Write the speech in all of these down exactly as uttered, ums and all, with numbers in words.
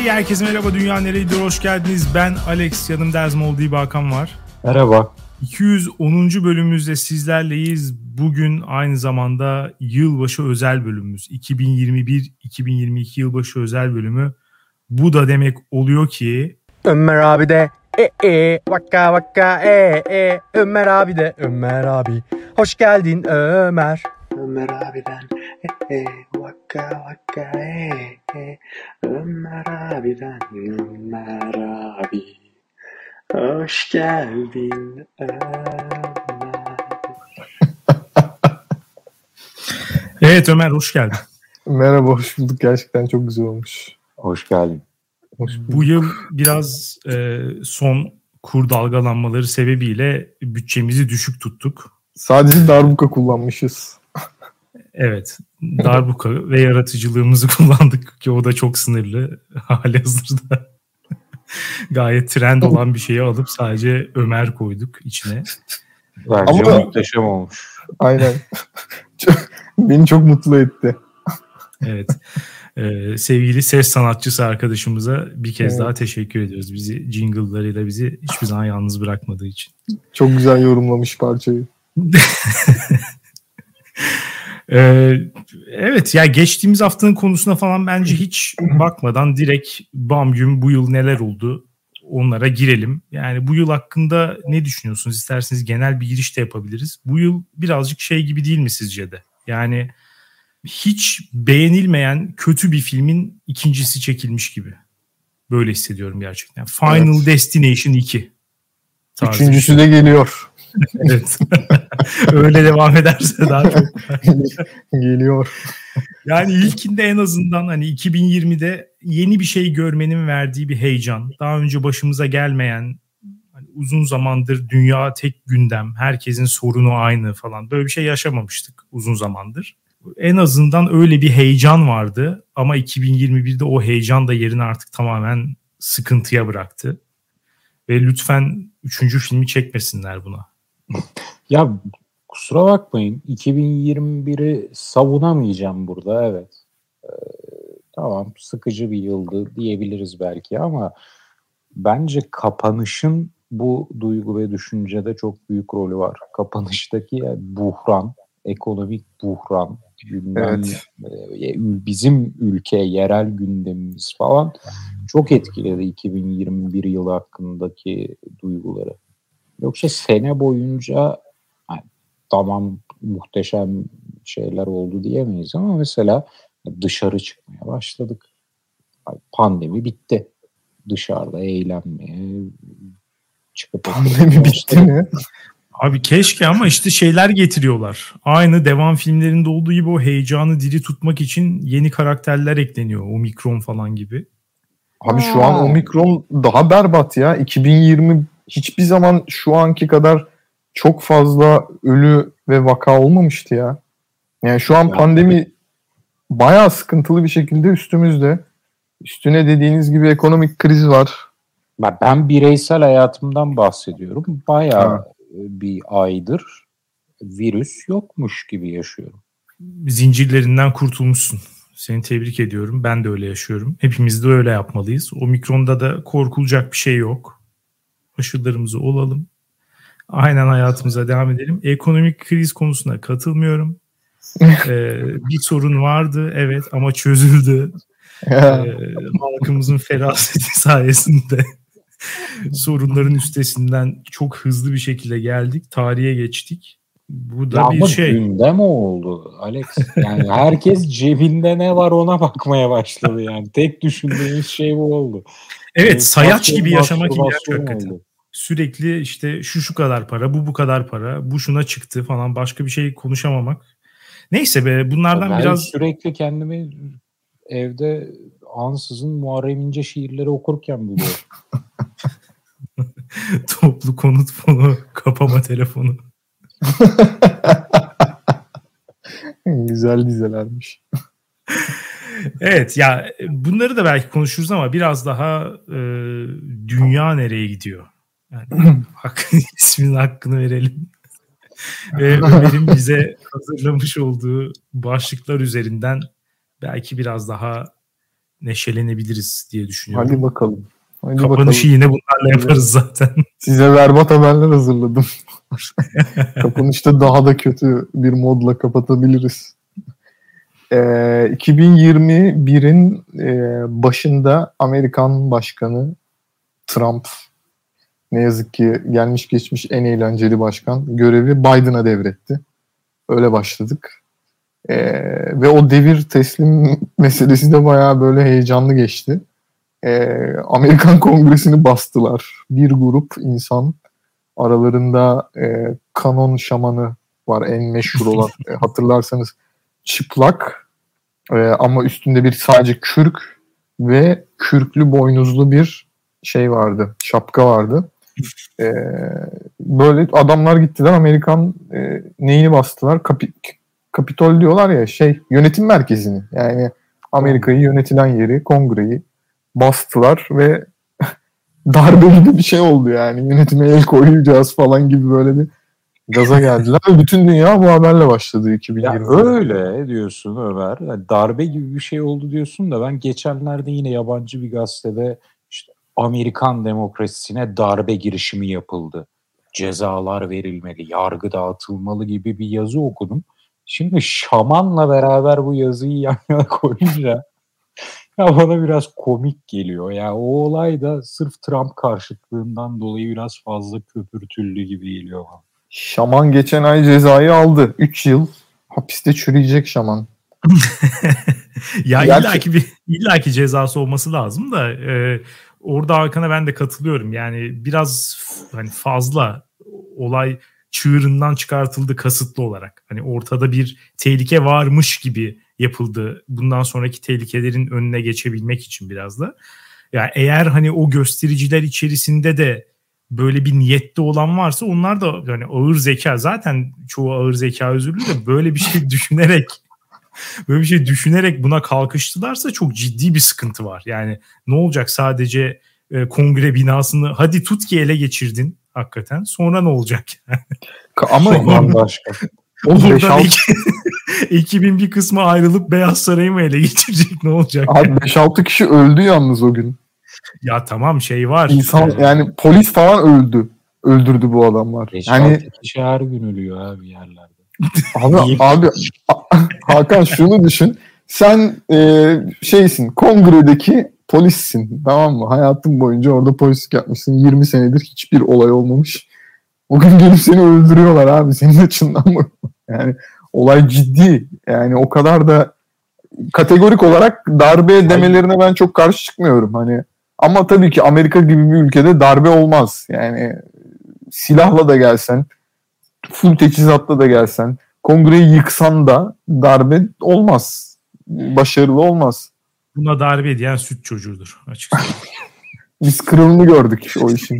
Herkese merhaba, Dünya Nereyedir, hoş geldiniz. Ben Alex, yanımda Erzmol diye bir Hakan var. Merhaba. iki yüz onuncu bölümümüzde sizlerleyiz. Bugün aynı zamanda yılbaşı özel bölümümüz. iki bin yirmi bir iki bin yirmi iki yılbaşı özel bölümü. Bu da demek oluyor ki... Ömer abi de e e vaka vaka e e Ömer abi de Ömer abi. Hoş geldin Ömer. Ömer abiden e e vaka vaka e e Ömer abiden Ömer abi. Hoş geldin Ömer. Evet Ömer, hoş geldin. Merhaba, hoş bulduk. Gerçekten çok güzel olmuş. Hoş geldin. Hoş Bu yıl biraz e, son kur dalgalanmaları sebebiyle bütçemizi düşük tuttuk. Sadece darbuka kullanmışız. Evet, darbuka ve yaratıcılığımızı kullandık ki o da çok sınırlı halihazırda. Gayet trend olan bir şeyi alıp sadece Ömer koyduk içine. Bence Ama muhteşem olmuş. Aynen. Çok, beni çok mutlu etti. Evet. Ee, sevgili ses sanatçısı arkadaşımıza bir kez Evet. daha teşekkür ediyoruz. Bizi jingle'larıyla bizi hiçbir zaman yalnız bırakmadığı için. Çok güzel yorumlamış parçayı. Ee, evet ya, geçtiğimiz haftanın konusuna falan bence hiç bakmadan direkt bam gün bu yıl neler oldu onlara girelim. Yani bu yıl hakkında ne düşünüyorsunuz? İsterseniz genel bir giriş de yapabiliriz. Bu yıl birazcık şey gibi değil mi sizce de? Yani hiç beğenilmeyen kötü bir filmin ikincisi çekilmiş gibi. Böyle hissediyorum gerçekten. Final Evet. Destination iki. tarzı. Üçüncüsü de geliyor. Evet. Öyle devam ederse daha çok. Geliyor. Yani ilkinde en azından hani iki bin yirmide yeni bir şey görmenin verdiği bir heyecan. Daha önce başımıza gelmeyen, hani uzun zamandır dünya tek gündem, herkesin sorunu aynı falan. Böyle bir şey yaşamamıştık uzun zamandır. En azından öyle bir heyecan vardı ama iki bin yirmi birde o heyecan da yerini artık tamamen sıkıntıya bıraktı. Ve lütfen üçüncü filmi çekmesinler buna. Ya kusura bakmayın, iki bin yirmi biri savunamayacağım burada, evet. Ee, tamam, sıkıcı bir yıldı diyebiliriz belki ama bence kapanışın bu duygu ve düşüncede çok büyük rolü var. Kapanıştaki buhran, ekonomik buhran, gündem, Evet. e, bizim ülke, yerel gündemimiz falan çok etkiledi iki bin yirmi bir yılı hakkındaki duyguları. Yoksa sene boyunca yani, tamam muhteşem şeyler oldu diyemeyiz ama mesela dışarı çıkmaya başladık. Pandemi bitti. Dışarıda eğlenmeye çıkıp Pandemi bitti mi? Abi keşke, ama işte şeyler getiriyorlar. Aynı devam filmlerinde olduğu gibi o heyecanı diri tutmak için yeni karakterler ekleniyor. Omikron falan gibi. Abi şu an Omikron daha berbat ya. iki bin yirmi hiçbir zaman şu anki kadar çok fazla ölü ve vaka olmamıştı ya. Yani şu an pandemi bayağı sıkıntılı bir şekilde üstümüzde. Üstüne dediğiniz gibi ekonomik kriz var. Ben bireysel hayatımdan bahsediyorum. Bayağı Ha. bir aydır virüs yokmuş gibi yaşıyorum. Zincirlerinden kurtulmuşsun. Seni tebrik ediyorum. Ben de öyle yaşıyorum. Hepimiz de öyle yapmalıyız. Omikron'da da korkulacak bir şey yok. Aşılarımızı olalım. Aynen hayatımıza devam edelim. Ekonomik kriz konusuna katılmıyorum. ee, bir sorun vardı, evet, ama çözüldü. ee, halkımızın feraseti sayesinde sorunların üstesinden çok hızlı bir şekilde geldik. Tarihe geçtik. Bu da Ya bir ama şey. gündem oldu Alex. Yani herkes cebinde ne var ona bakmaya başladı yani. Tek düşündüğümüz şey bu oldu. Evet, Yani sayaç gibi yaşamak ihtiyaç mastürbasyon hakikaten. oldu. Sürekli işte şu şu kadar para, bu bu kadar para, bu şuna çıktı falan, başka bir şey konuşamamak. Neyse be, bunlardan Ben biraz... sürekli kendimi evde ansızın Muharrem İnce şiirleri okurken buluyorum. Toplu konut fonu, kapama telefonu. Güzel dizelermiş. Evet ya, bunları da belki konuşuruz ama biraz daha e, dünya nereye gidiyor? Yani hak, isminin hakkını verelim. Ve Ömer'in bize hazırlamış olduğu başlıklar üzerinden belki biraz daha neşelenebiliriz diye düşünüyorum. Hadi bakalım. Hadi Kapanışı bakalım. yine bunlarla yaparız zaten. Size berbat haberler hazırladım. Kapanışta daha da kötü bir modla kapatabiliriz. Ee, iki bin yirmi birin e, başında Amerikan Başkanı Trump, ne yazık ki gelmiş geçmiş en eğlenceli başkan, görevi Biden'a devretti. Öyle başladık. Ee, ve o devir teslim meselesi de bayağı böyle heyecanlı geçti. Ee, Amerikan Kongresi'ni bastılar. Bir grup insan, aralarında e, kanon şamanı var, en meşhur olan. e, hatırlarsanız çıplak e, ama üstünde bir sadece kürk ve kürklü boynuzlu bir şey vardı, şapka vardı. E, böyle adamlar gittiler, Amerikan e, neyini bastılar? Kapi, Kapitol diyorlar ya, şey, yönetim merkezini. Yani Amerika'yı yönetilen yeri, kongreyi bastılar ve darbe gibi bir şey oldu yani. Yönetime el koyacağız falan gibi böyle bir gaza geldiler. Bütün dünya bu haberle başladı iki bin yirmi. Ya öyle diyorsun Ömer. Yani darbe gibi bir şey oldu diyorsun da ben geçenlerde yine yabancı bir gazetede işte Amerikan demokrasisine darbe girişimi yapıldı. Cezalar verilmeli, yargı dağıtılmalı gibi bir yazı okudum. Şimdi şamanla beraber bu yazıyı yan yana koyunca ya bana biraz komik geliyor. Ya o olay da sırf Trump karşıtlığından dolayı biraz fazla köpürtüldü gibi geliyor bana. Şaman geçen ay cezayı aldı. üç yıl hapiste çürüyecek şaman. Ya illaki bir illaki cezası olması lazım da e, orada Hakan'a ben de katılıyorum. Yani biraz hani fazla olay çığırından çıkartıldı kasıtlı olarak. Hani ortada bir tehlike varmış gibi yapıldı. Bundan sonraki tehlikelerin önüne geçebilmek için biraz da. Yani eğer hani o göstericiler içerisinde de böyle bir niyette olan varsa onlar da hani ağır zeka, zaten çoğu ağır zeka özürlü de böyle bir şey düşünerek böyle bir şey düşünerek buna kalkıştılarsa çok ciddi bir sıkıntı var. Yani ne olacak, sadece e, kongre binasını hadi tut ki ele geçirdin hakikaten, sonra ne olacak yani? Ama başka. Oradan ekibin bir kısmı ayrılıp Beyaz Saray'ı mı ele geçirecek, ne olacak? Abi beş altı kişi öldü yalnız o gün. Ya tamam, şey var. İnsan yani polis falan öldü. Öldürdü bu adamlar. beş Yani kişi her gün ölüyor abi yerlerde. Abi, abi Hakan şunu düşün. Sen e, şeysin, kongredeki polissin, tamam mı? Hayatın boyunca orada polislik yapmışsın. yirmi senedir hiçbir olay olmamış. O gün gelip seni öldürüyorlar abi, senin açından mı? Yani olay ciddi. Yani o kadar da kategorik olarak darbe demelerine ben çok karşı çıkmıyorum. Hani ama tabii ki Amerika gibi bir ülkede darbe olmaz. Yani silahla da gelsen, full teçhizatla da gelsen, kongreyi yıksan da darbe olmaz. Başarılı olmaz. Buna darbe diyen süt çocuğudur açıkçası. Biz kırılımını gördük o işin.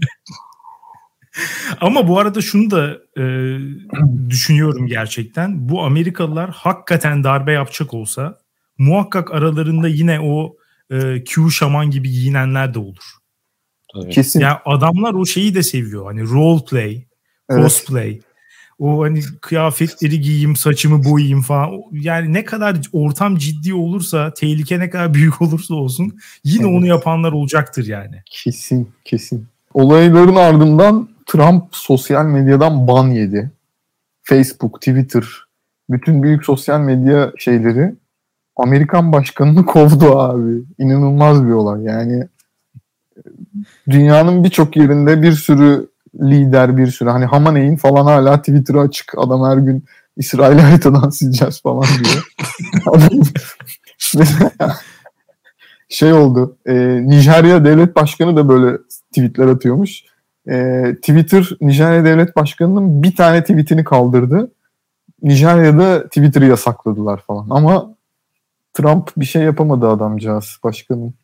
Ama bu arada şunu da e, düşünüyorum gerçekten. Bu Amerikalılar hakikaten darbe yapacak olsa muhakkak aralarında yine o e, Q şaman gibi giyinenler de olur. Tabii. Kesin. Yani adamlar o şeyi de seviyor. Hani role play, cosplay. Evet. O hani kıyafetleri giyeyim, saçımı boyayayım falan. Yani ne kadar ortam ciddi olursa, tehlike ne kadar büyük olursa olsun yine evet, onu yapanlar olacaktır yani. Kesin, kesin. Olayların ardından Trump sosyal medyadan ban yedi. Facebook, Twitter, bütün büyük sosyal medya şeyleri Amerikan başkanını kovdu abi. İnanılmaz bir olay. Yani dünyanın birçok yerinde bir sürü lider, bir sürü hani Hamaney'in falan hala Twitter'ı açık. Adam her gün İsrail'i haritadan sileceğiz falan diyor. Mesela şey oldu. E, Nijerya devlet başkanı da böyle tweetler atıyormuş. E, Twitter Nijerya devlet başkanının bir tane tweetini kaldırdı. Nijerya'da Twitter'ı yasakladılar falan. Ama Trump bir şey yapamadı adamcağız, başkanın.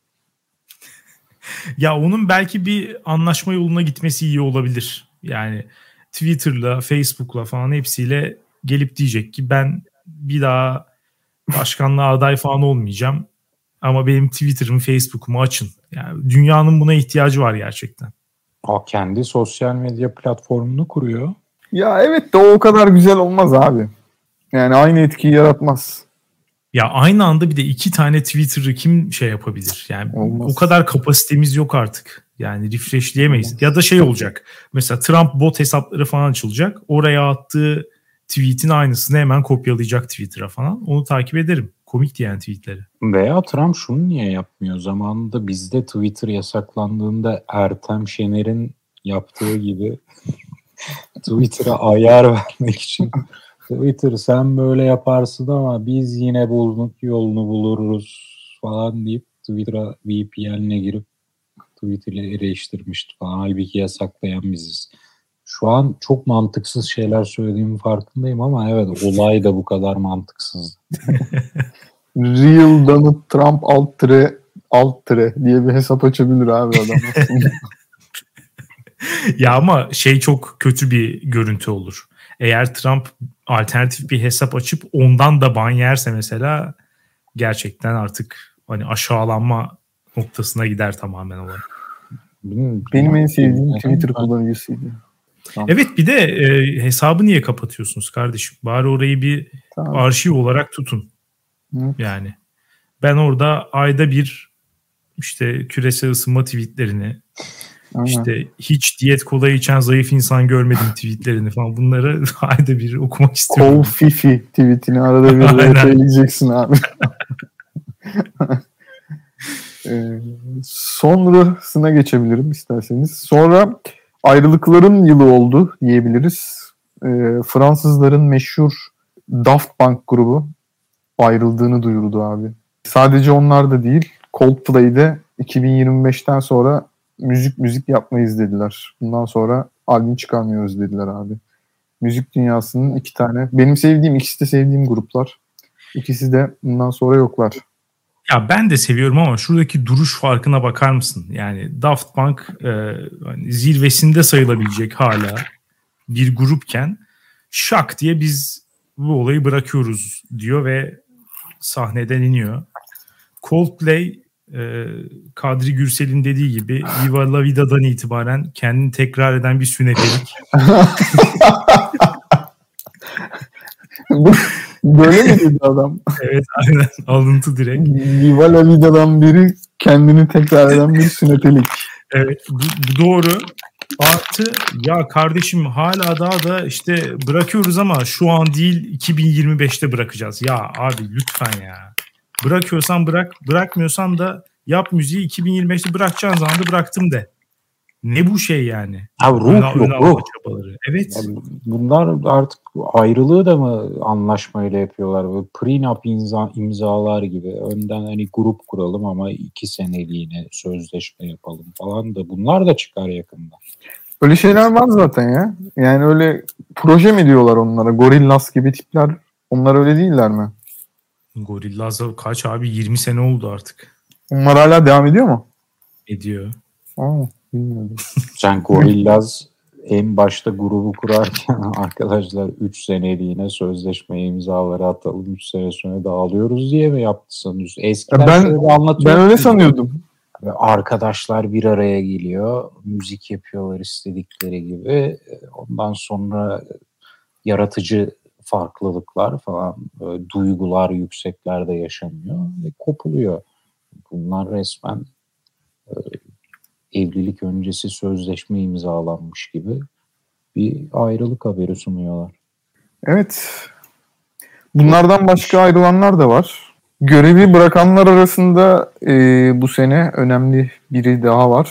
Ya onun belki bir anlaşma yoluna gitmesi iyi olabilir. Yani Twitter'la, Facebook'la falan hepsiyle gelip diyecek ki ben bir daha başkanlığa aday falan olmayacağım. Ama benim Twitter'ımı, Facebook'umu açın. Yani dünyanın buna ihtiyacı var gerçekten. O kendi sosyal medya platformunu kuruyor. Ya evet de o o kadar güzel olmaz abi. Yani aynı etkiyi yaratmaz. Ya aynı anda bir de iki tane Twitter'ı kim şey yapabilir? Yani Olmaz. o kadar kapasitemiz yok artık. Yani refreshleyemeyiz. Olmaz. Ya da şey olacak. Mesela Trump bot hesapları falan açılacak. Oraya attığı tweet'in aynısını hemen kopyalayacak Twitter'a falan. Onu takip ederim. Komik diyen tweetleri. Veya Trump şunu niye yapmıyor? Zamanında bizde Twitter yasaklandığında Ertem Şener'in yaptığı gibi Twitter'a ayar vermek için Twitter sen böyle yaparsın ama biz yine bulduk yolunu buluruz falan deyip Twitter'a V P N'le girip Twitter'ı eleştirmişti falan. Halbuki yasaklayan biziz. Şu an çok mantıksız şeyler söylediğimin farkındayım ama evet olay da bu kadar mantıksız. Real Donald Trump alt tire alt tire diye bir hesap açabilir abi adam. Ya ama şey çok kötü bir görüntü olur. Eğer Trump alternatif bir hesap açıp ondan da ban yerse mesela gerçekten artık hani aşağılanma noktasına gider tamamen olay. Benim en sevdiğim Twitter kullanıcısıydı. Tamam. Evet bir de e, hesabı niye kapatıyorsunuz kardeşim? Bari orayı bir tamam. arşiv olarak tutun. Hı. Yani ben orada ayda bir işte küresel ısınma tweetlerini Aha. işte hiç diyet kolayı içen zayıf insan görmedim tweetlerini falan bunları ayda bir okumak istiyorum. Kol Fifi tweetini arada bir retweetleyeceksin abi. ee, sonrasına geçebilirim isterseniz. Sonra ayrılıkların yılı oldu diyebiliriz. Ee, Fransızların meşhur Daft Punk grubu ayrıldığını duyurdu abi. Sadece onlar da değil, Coldplay'de iki bin yirmi beşten sonra müzik müzik yapmayız dediler. Bundan sonra albüm çıkarmıyoruz dediler abi. Müzik dünyasının iki tane, benim sevdiğim, ikisi de sevdiğim gruplar. İkisi de bundan sonra yoklar. Ya ben de seviyorum ama şuradaki duruş farkına bakar mısın? Yani Daft Punk e, hani zirvesinde sayılabilecek hala bir grupken şak diye biz bu olayı bırakıyoruz diyor ve sahneden iniyor. Coldplay e, Kadri Gürsel'in dediği gibi Viva La Vida'dan itibaren kendini tekrar eden bir sünepelik. Böyle mi dedi adam? Evet aynen alıntı direkt. Viva La Vida'dan biri kendini tekrar eden bir sünepelik. Evet bu, bu doğru. Artı ya kardeşim hala daha da işte bırakıyoruz ama şu an değil iki bin yirmi beşte bırakacağız. Ya abi lütfen ya. Bırakıyorsan bırak, bırakmıyorsan da yap müziği iki bin yirmi beşte bırakacağın zaman da bıraktım de. Ne bu şey yani? Abi ruh yok ruh. Çabaları. Evet. Yani bunlar artık ayrılığı da mı anlaşmayla yapıyorlar? Böyle prenup imza, imzalar gibi. Önden hani grup kuralım ama iki seneliğine sözleşme yapalım falan da bunlar da çıkar yakında. Öyle şeyler var zaten ya. Yani öyle proje mi diyorlar onlara? Gorillaz gibi tipler. Onlar öyle değiller mi? Gorillaz kaç abi? yirmi sene oldu artık. Onlar hala devam ediyor mu? Ediyor. Aa, bilmiyorum. Sen Gorillaz en başta grubu kurarken arkadaşlar üç seneliğine sözleşme imzaları atalım üç sene sonra dağılıyoruz diye mi yaptı sanıyorsun? Eskiden ben, şöyle anlatıyor. Ben öyle sanıyordum. Arkadaşlar bir araya geliyor, müzik yapıyorlar istedikleri gibi. Ondan sonra yaratıcı farklılıklar falan, böyle duygular yükseklerde yaşanıyor ve kopuluyor. Bunlar resmen e, evlilik öncesi sözleşme imzalanmış gibi bir ayrılık haberi sunuyorlar. Evet. Bunlardan başka ayrılanlar da var. Görevi bırakanlar arasında e, bu sene önemli biri daha var.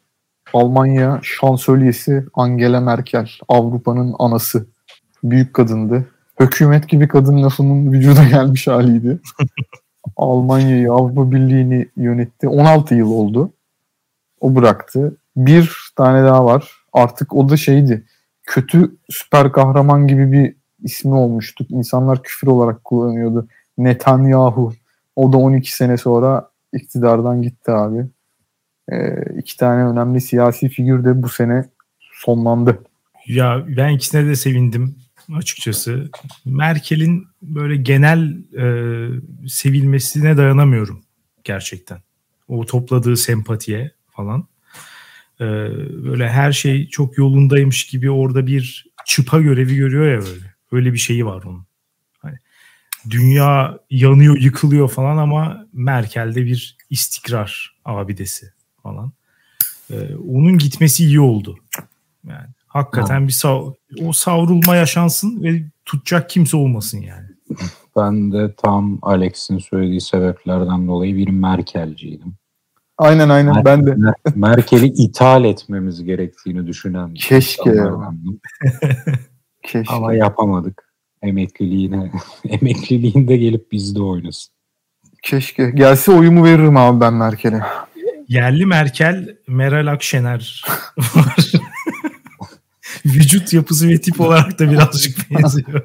Almanya şansölyesi Angela Merkel, Avrupa'nın anası. Büyük kadındı. Hükümet gibi kadın lafının vücuda gelmiş haliydi. Almanya'yı, Avrupa Birliği'ni yönetti. on altı yıl oldu. O bıraktı. Bir tane daha var. Artık o da şeydi. Kötü süper kahraman gibi bir ismi olmuştu. İnsanlar küfür olarak kullanıyordu. Netanyahu. O da on iki sene sonra iktidardan gitti abi. Ee, iki tane önemli siyasi figür de bu sene sonlandı. Ya ben ikisine de sevindim açıkçası. Merkel'in böyle genel e, sevilmesine dayanamıyorum gerçekten. O topladığı sempatiye falan. E, böyle her şey çok yolundaymış gibi orada bir çıpa görevi görüyor ya böyle. Öyle bir şeyi var onun. Hani dünya yanıyor, yıkılıyor falan ama Merkel'de bir istikrar abidesi falan. Ee, onun gitmesi iyi oldu. Yani hakikaten bir sav- o savrulma yaşansın ve tutacak kimse olmasın yani. Ben de tam Alex'in söylediği sebeplerden dolayı bir Merkelciydim. Aynen aynen Mer- ben de. Mer- Merkel'i ithal etmemiz gerektiğini düşünen keşke keşke ama yapamadık. Emekliliğine emekliliğinde gelip bizde oynasın. Keşke. Gelse oyumu veririm abi ben Merkel'e. Yerli Merkel, Meral Akşener var. Vücut yapısı ve tip olarak da birazcık benziyor.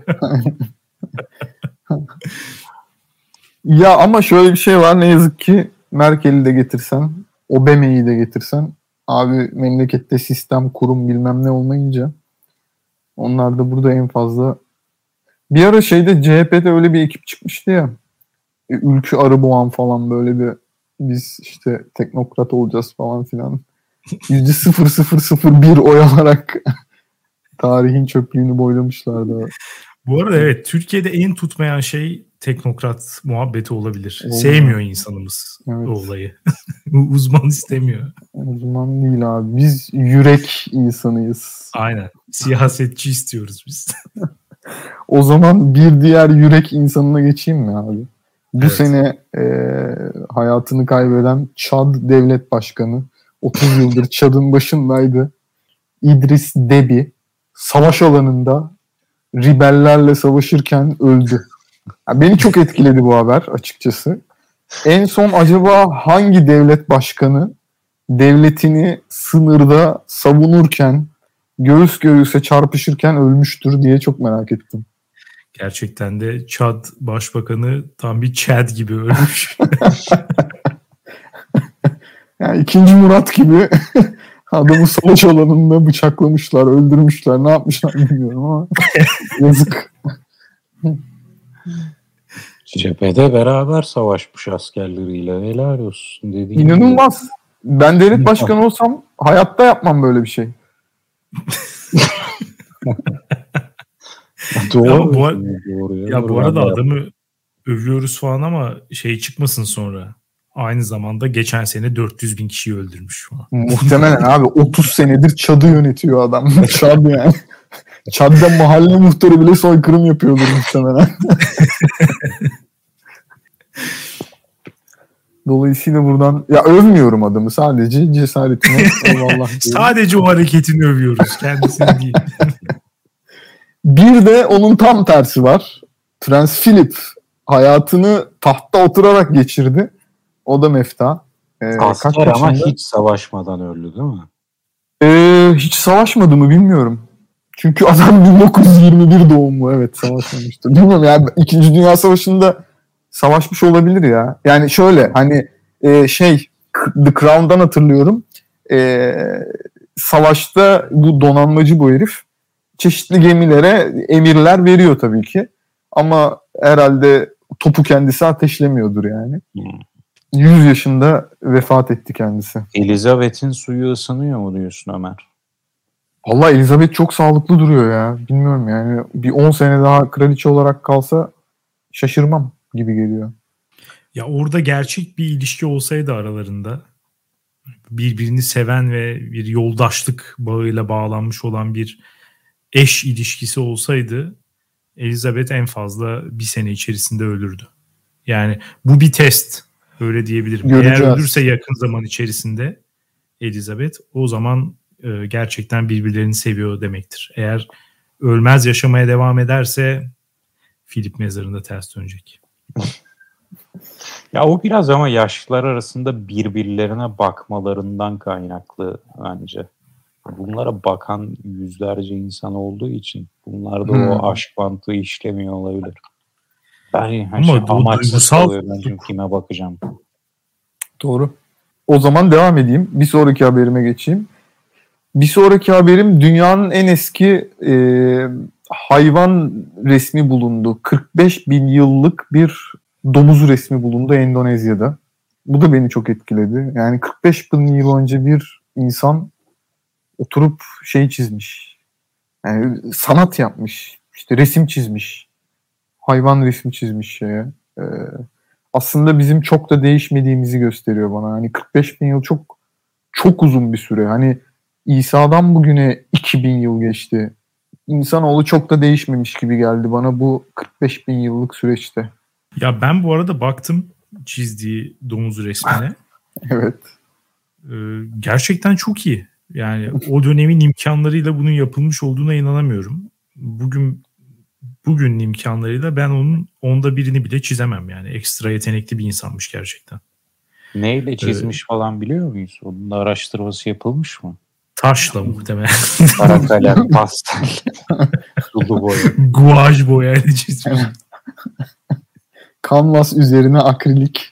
Ya ama şöyle bir şey var, ne yazık ki Merkel'i de getirsen, Obama'yı da getirsen, abi memlekette sistem, kurum bilmem ne olmayınca onlar da burada en fazla. Bir ara şeyde C H P'de öyle bir ekip çıkmıştı ya, Ülkü Arıboğan falan, böyle bir biz işte teknokrat olacağız falan filan. yüzde sıfır sıfır sıfır bir oy alarak tarihin çöplüğünü boylamışlardı. Bu arada evet, Türkiye'de en tutmayan şey teknokrat muhabbeti olabilir. Olmaz. Sevmiyor insanımız evet. o olayı. Uzman istemiyor. Uzman değil abi. Biz yürek insanıyız. Aynen. Siyasetçi istiyoruz biz. O zaman bir diğer yürek insanına geçeyim mi abi? Bu evet. sene e, hayatını kaybeden Çad Devlet Başkanı, otuz yıldır Çad'ın başındaydı. İdris Deby savaş alanında ribellerle savaşırken öldü. Yani beni çok etkiledi bu haber açıkçası. En son acaba hangi devlet başkanı devletini sınırda savunurken, göğüs göğüse çarpışırken ölmüştür diye çok merak ettim. Gerçekten de Çad Başbakanı tam bir Chad gibi ölmüş. Yani ikinci Murat gibi adamı savaş alanında bıçaklamışlar, öldürmüşler. Ne yapmışlar bilmiyorum ama yazık. Cephede beraber savaşmış askerleriyle. Helal olsun dediğim. İnanılmaz. Gibi. Ben devlet başkanı olsam hayatta yapmam böyle bir şey. Doğru. Ya bu, ar- doğru ya. ya bu arada adamı övüyoruz falan ama şey çıkmasın sonra. Aynı zamanda geçen sene dört yüz bin kişiyi öldürmüş falan. Muhtemelen abi otuz senedir Çad'ı yönetiyor adam. Çad yani. Çad'da mahalle muhtarı bile soykırım yapıyordur muhtemelen. Dolayısıyla buradan ya övmüyorum adamı, sadece cesaretine eyvallah. Sadece o hareketini övüyoruz, kendisini değil. Bir de onun tam tersi var. Prens Philip hayatını tahtta oturarak geçirdi. O da mefta. Ee, Asker ama hiç savaşmadan öldü değil mi? Ee, hiç savaşmadı mı bilmiyorum. Çünkü adam bin dokuz yüz yirmi bir doğumlu, evet savaşmamıştır. Bilmiyorum yani, İkinci Dünya Savaşı'nda savaşmış olabilir ya. Yani şöyle hani e, şey The Crown'dan hatırlıyorum. E, savaşta bu donanmacı bu herif çeşitli gemilere emirler veriyor tabii ki. Ama herhalde topu kendisi ateşlemiyordur yani. Hmm. yüz yaşında vefat etti kendisi. Elizabeth'in suyu ısınıyor mu diyorsun Ömer? Vallahi Elizabeth çok sağlıklı duruyor ya. Bilmiyorum yani, bir on sene daha kraliçe olarak kalsa şaşırmam gibi geliyor. Ya orada gerçek bir ilişki olsaydı aralarında, birbirini seven ve bir yoldaşlık bağıyla bağlanmış olan bir eş ilişkisi olsaydı, Elizabeth en fazla bir sene içerisinde ölürdü. Yani bu bir test, öyle diyebilirim. Göreceğiz. Eğer ölürse yakın zaman içerisinde Elizabeth, o zaman e, gerçekten birbirlerini seviyor demektir. Eğer ölmez yaşamaya devam ederse Philip mezarında ters dönecek. Ya o biraz ama yaşlılar arasında birbirlerine bakmalarından kaynaklı bence. Bunlara bakan yüzlerce insan olduğu için bunlarda hmm. o aşk mantığı işlemiyor olabilir. Ben ama şey, amaçsız kalıyor bence, kime bakacağım. Doğru. O zaman devam edeyim. Bir sonraki haberime geçeyim. Bir sonraki haberim, dünyanın en eski e, hayvan resmi bulundu. kırk beş bin yıllık bir domuz resmi bulundu Endonezya'da. Bu da beni çok etkiledi. Yani kırk beş bin yıl önce bir insan oturup şey çizmiş. Yani sanat yapmış. İşte resim çizmiş. hayvan resmi çizmiş şeye. Ee, aslında bizim çok da değişmediğimizi gösteriyor bana. Hani kırk beş bin yıl çok çok uzun bir süre. Hani İsa'dan bugüne iki bin yıl geçti. İnsanoğlu çok da değişmemiş gibi geldi bana bu kırk beş bin yıllık süreçte. Ya ben bu arada baktım çizdiği domuz resmine. Evet. Ee, gerçekten çok iyi. Yani o dönemin imkanlarıyla bunun yapılmış olduğuna inanamıyorum. Bugün bugünün imkanlarıyla ben onun onda birini bile çizemem yani. Ekstra yetenekli bir insanmış gerçekten. Neyle çizmiş ee, falan biliyor muyuz? Onun da araştırması yapılmış mı? Taşla muhtemelen. Kara kalem, pastel, sulu boya. Guaj boyayla çizmiş. Kanvas üzerine akrilik.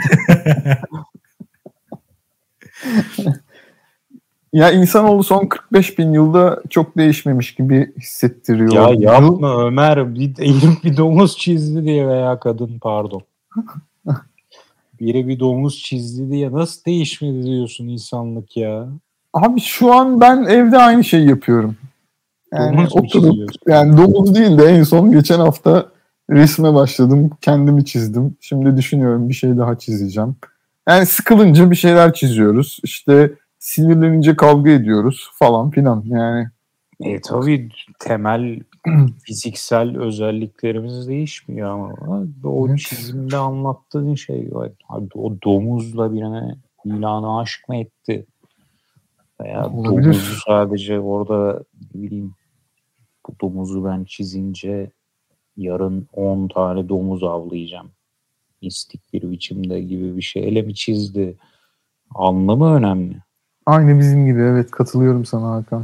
Ya insanoğlu son kırk beş bin yılda çok değişmemiş gibi hissettiriyor. Ya yapma Ömer. Bir, bir domuz çizdi diye veya kadın pardon. Biri bir domuz çizdi diye nasıl değişmedi diyorsun insanlık ya? Abi şu an ben evde aynı şeyi yapıyorum. Yani domuz oturup yani domuz değil de en son geçen hafta resme başladım. Kendimi çizdim. Şimdi düşünüyorum bir şey daha çizeceğim. Yani sıkılınca bir şeyler çiziyoruz. İşte sinirlenince kavga ediyoruz falan filan yani. E tabii temel fiziksel özelliklerimiz değişmiyor ama o evet. Çizimde anlattığın şey var. O domuzla birine ilanı aşk mı etti? Veya olabilir. Domuzu sadece orada ne bileyim bu domuzu ben çizince yarın on tane domuz avlayacağım. İstik bir biçimde gibi bir şeyle mi çizdi? Anlamı önemli. Aynı bizim gibi evet katılıyorum sana Hakan.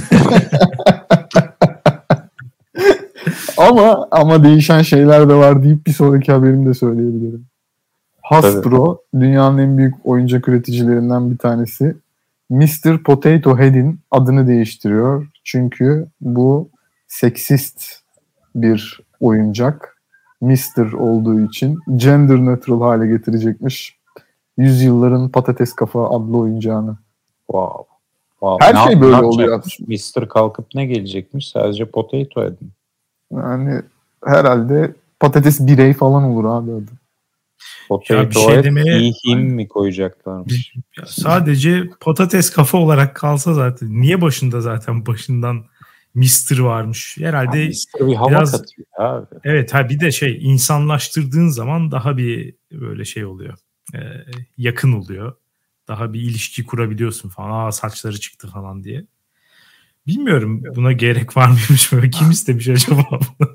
ama ama değişen şeyler de var deyip bir sonraki haberimi de söyleyebilirim. Hasbro tabii. Dünyanın en büyük oyuncak üreticilerinden bir tanesi. mister Potato Head'in adını değiştiriyor. Çünkü bu seksist bir oyuncak. mister olduğu için gender neutral hale getirecekmiş. Yüzyılların patates kafa adlı oyuncağını. Wow. wow. Her ne şey yap- böyle oluyor. mister kalkıp ne gelecekmiş? Sadece Potato Head'in. Yani herhalde patates birey falan olur abi adı. Potato Head şey him mi koyacaklarmış? Sadece patates kafa olarak kalsa zaten. Niye başında zaten başından mister varmış? Herhalde ya mister bir hava biraz, katıyor abi. Evet ha bir de şey insanlaştırdığın zaman daha bir böyle şey oluyor. Ee, yakın oluyor. Daha bir ilişki kurabiliyorsun falan. Aa saçları çıktı falan diye. Bilmiyorum buna gerek var mıymış böyle kim istemiş acaba?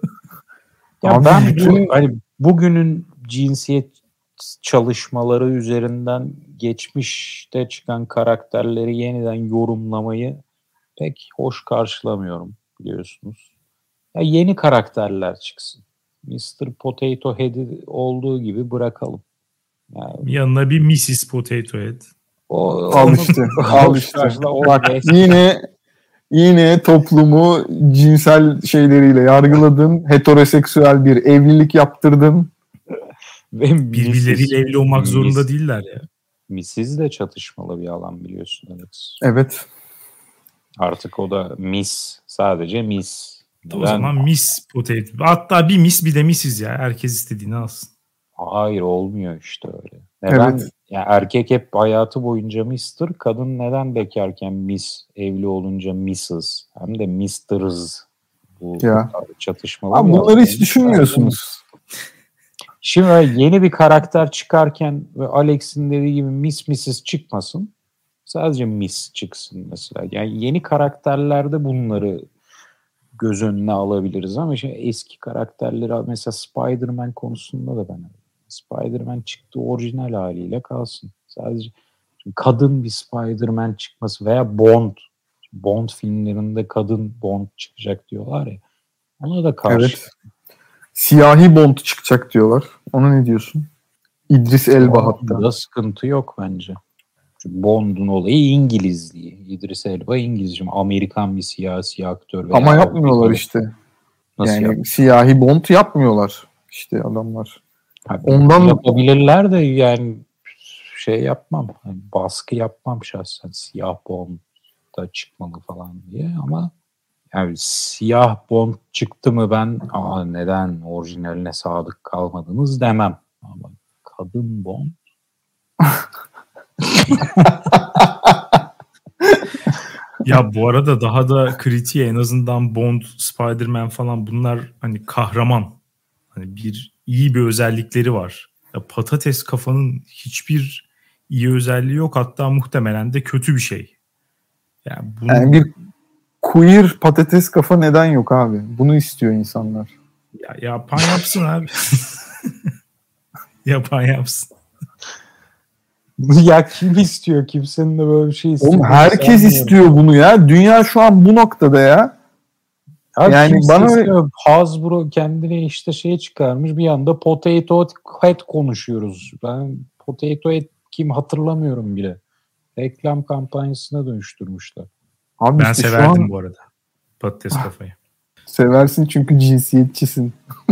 ya abi, ben bütün hani bugünün cinsiyet çalışmaları üzerinden geçmişte çıkan karakterleri yeniden yorumlamayı pek hoş karşılamıyorum biliyorsunuz. Ya yeni karakterler çıksın. mister Potato Head'i olduğu gibi bırakalım. Yani, yanına bir missus Potato Head. O, al işte. al işte. Bak yine yine toplumu cinsel şeyleriyle yargıladın. Heteroseksüel bir evlilik yaptırdın. Ve birbirleriyle evli olmak Miss, zorunda değiller ya. missus de çatışmalı bir alan biliyorsun Alex. Evet. Artık o da Miss. Sadece Miss. O ben... zaman Miss Potato. Hatta bir Miss bir de missus ya. Herkes istediğini alsın. Hayır olmuyor işte öyle. Neden? Evet. Yani erkek hep hayatı boyunca mister Kadın neden bekarken Miss, evli olunca missus Hem de mister'ız. Bu ya. çatışmalı. Abi bunları hiç düşünmüyorsunuz. Şimdi yeni bir karakter çıkarken ve Alex'in dediği gibi Miss missus çıkmasın. Sadece Miss çıksın mesela. Yani yeni karakterlerde bunları göz önüne alabiliriz ama şimdi eski karakterleri mesela Spider-Man konusunda da ben Spider-Man çıktı orijinal haliyle kalsın. Sadece kadın bir Spider-Man çıkması veya Bond Bond filmlerinde kadın Bond çıkacak diyorlar ya. Ona da karşı. Evet. Siyahi Bond çıkacak diyorlar. Ona ne diyorsun? İdris Elba hatta. Burada sıkıntı yok bence. Çünkü Bond'un olayı İngilizliği. İdris Elba İngilizce. Amerikan bir siyasi aktör. Ama yapmıyorlar işte. Nasıl yani yapmıyor? Siyahi Bond yapmıyorlar işte adamlar. Ha, ondan yapabilirler de yani şey yapmam. Yani baskı yapmam şahsen. Siyah Bond'da çıkmalı falan diye ama Yani siyah Bond çıktı mı ben aa neden orijinaline sadık kalmadınız demem. Ama kadın Bond Ya bu arada daha da kritiğe en azından Bond, Spider-Man falan bunlar hani kahraman. Hani bir iyi bir özellikleri var. Ya patates kafanın hiçbir iyi özelliği yok. Hatta muhtemelen de kötü bir şey. Yani, bunu... yani bir queer patates kafa neden yok abi? Bunu istiyor insanlar. Ya yapan yapsın abi. Yapan yapsın. Ya kim istiyor? Kimsenin de böyle bir şey istemiyor. Oğlum herkes istiyor bunu ya. Dünya şu an bu noktada ya. Abi yani bana istiyor. Hasbro kendine işte şey çıkarmış. Bir anda Potato Head konuşuyoruz. Ben Potato Head kim hatırlamıyorum bile. Reklam kampanyasına dönüştürmüşler. Abi ben işte severdim an... bu arada patates kafayı. Seversin çünkü cinsiyetçisin.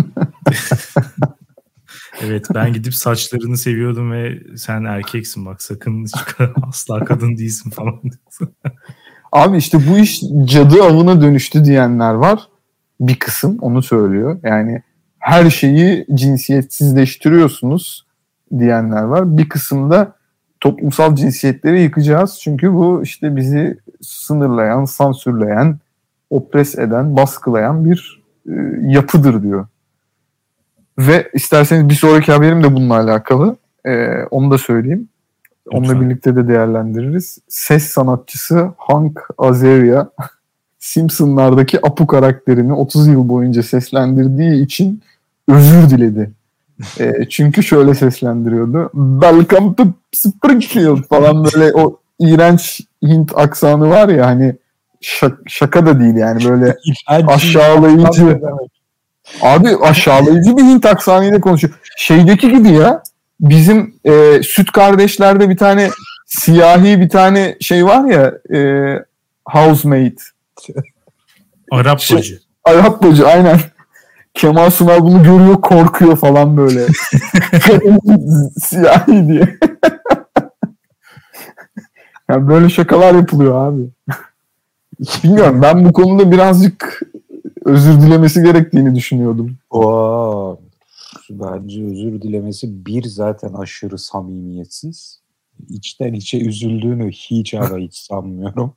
Evet, ben gidip saçlarını seviyordum ve sen erkeksin bak sakın asla kadın değilsin falan. Abi işte bu iş cadı avına dönüştü diyenler var. Bir kısım onu söylüyor. Yani her şeyi cinsiyetsizleştiriyorsunuz diyenler var. Bir kısım da toplumsal cinsiyetleri yıkacağız. Çünkü bu işte bizi sınırlayan, sansürleyen, opres eden, baskılayan bir e, yapıdır diyor. Ve isterseniz bir sonraki haberim de bununla alakalı. Ee, onu da söyleyeyim. Lütfen. Onunla birlikte de değerlendiririz. Ses sanatçısı Hank Azaria Simpsonlardaki Apu karakterini otuz yıl boyunca seslendirdiği için özür diledi. ee, çünkü şöyle seslendiriyordu. Welcome to Springfield falan böyle o iğrenç Hint aksanı var ya hani şak- şaka da değil yani böyle aşağılayıcı. Abi aşağılayıcı bir Hint aksanıyla konuşuyor. Şeydeki gibi ya bizim e, Süt Kardeşler'de bir tane siyahi bir tane şey var ya e, housemate. Arap şey, bacı. Arap bacı aynen. Kemal Sunal bunu görüyor korkuyor falan böyle. Siyahi diye. Yani böyle şakalar yapılıyor abi. Bilmiyorum ben bu konuda birazcık özür dilemesi gerektiğini düşünüyordum. Oo, bence özür dilemesi bir zaten aşırı samimiyetsiz. İçten içe üzüldüğünü hiç ama hiç sanmıyorum.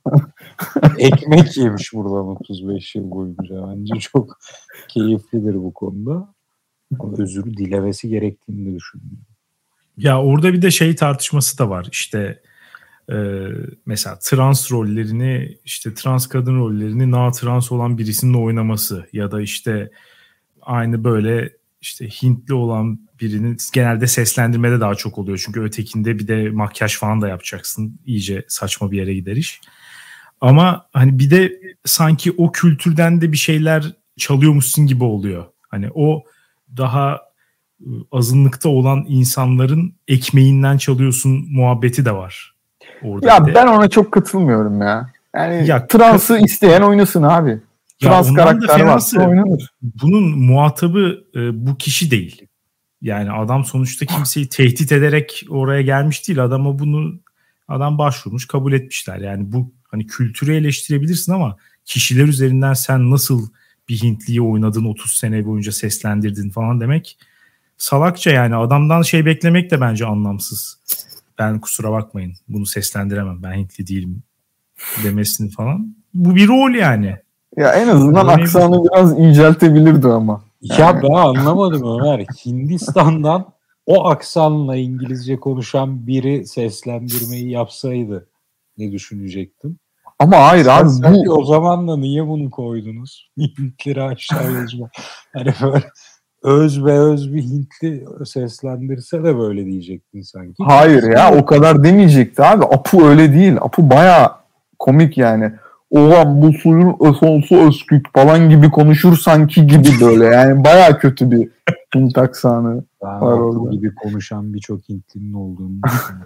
Ekmek yemiş buradan otuz beş yıl boyunca. Bence çok keyiflidir bu konuda. Ama özür dilemesi gerektiğini de düşünüyorum. Ya orada bir de şey tartışması da var. İşte e, mesela trans rollerini işte trans kadın rollerini na trans olan birisinin oynaması ya da işte aynı böyle işte Hintli olan birinin genelde seslendirmede daha çok oluyor. Çünkü ötekinde bir de makyaj falan da yapacaksın. İyice saçma bir yere gider iş. Ama hani bir de sanki o kültürden de bir şeyler çalıyormuşsun gibi oluyor. Hani o daha azınlıkta olan insanların ekmeğinden çalıyorsun muhabbeti de var. Orada ya de. Ben ona çok katılmıyorum ya. Yani ya, transı kat- isteyen oynasın abi. Trans karakter varsa oynanır. Bunun muhatabı e, bu kişi değil. Yani adam sonuçta kimseyi tehdit ederek oraya gelmiş değil. Adama bunu adam başvurmuş, kabul etmişler. Yani bu hani kültürü eleştirebilirsin ama kişiler üzerinden sen nasıl bir Hintliyi oynadın, otuz sene boyunca seslendirdin falan demek salakça yani. Adamdan şey beklemek de bence anlamsız. Ben kusura bakmayın bunu seslendiremem. Ben Hintli değilim demesini falan. Bu bir rol yani. Ya en azından Öyle aksanı bir... biraz inceltebilirdi ama. Yani. Ya ben anlamadım Ömer. Hindistan'dan o aksanla İngilizce konuşan biri seslendirmeyi yapsaydı ne düşünecektim? Ama hayır Sen abi bu... O zaman da niye bunu koydunuz? Hintlileri aşağılayacağım. Hani böyle öz be öz bir Hintli seslendirse de böyle diyecektin sanki. Hayır ya o kadar demeyecekti abi. Apu öyle değil. Apu bayağı komik yani. Ulan bu suyun esonsu özkük falan gibi konuşur sanki gibi böyle. Yani bayağı kötü bir Hint aksanı ben var Apu orada. gibi konuşan birçok Hintlinin olduğunu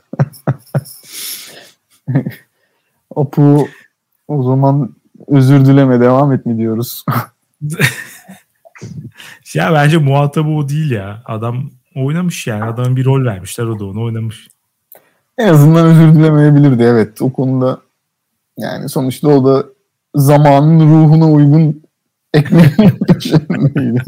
Apu o zaman özür dileme devam et mi diyoruz? Ya bence muhatabı o değil ya. Adam oynamış yani. Adamın bir rol vermişler. O da onu oynamış. En azından özür dilemeyebilirdi evet. O konuda yani sonuçta o da zamanın ruhuna uygun ekmeğin peşindeydi.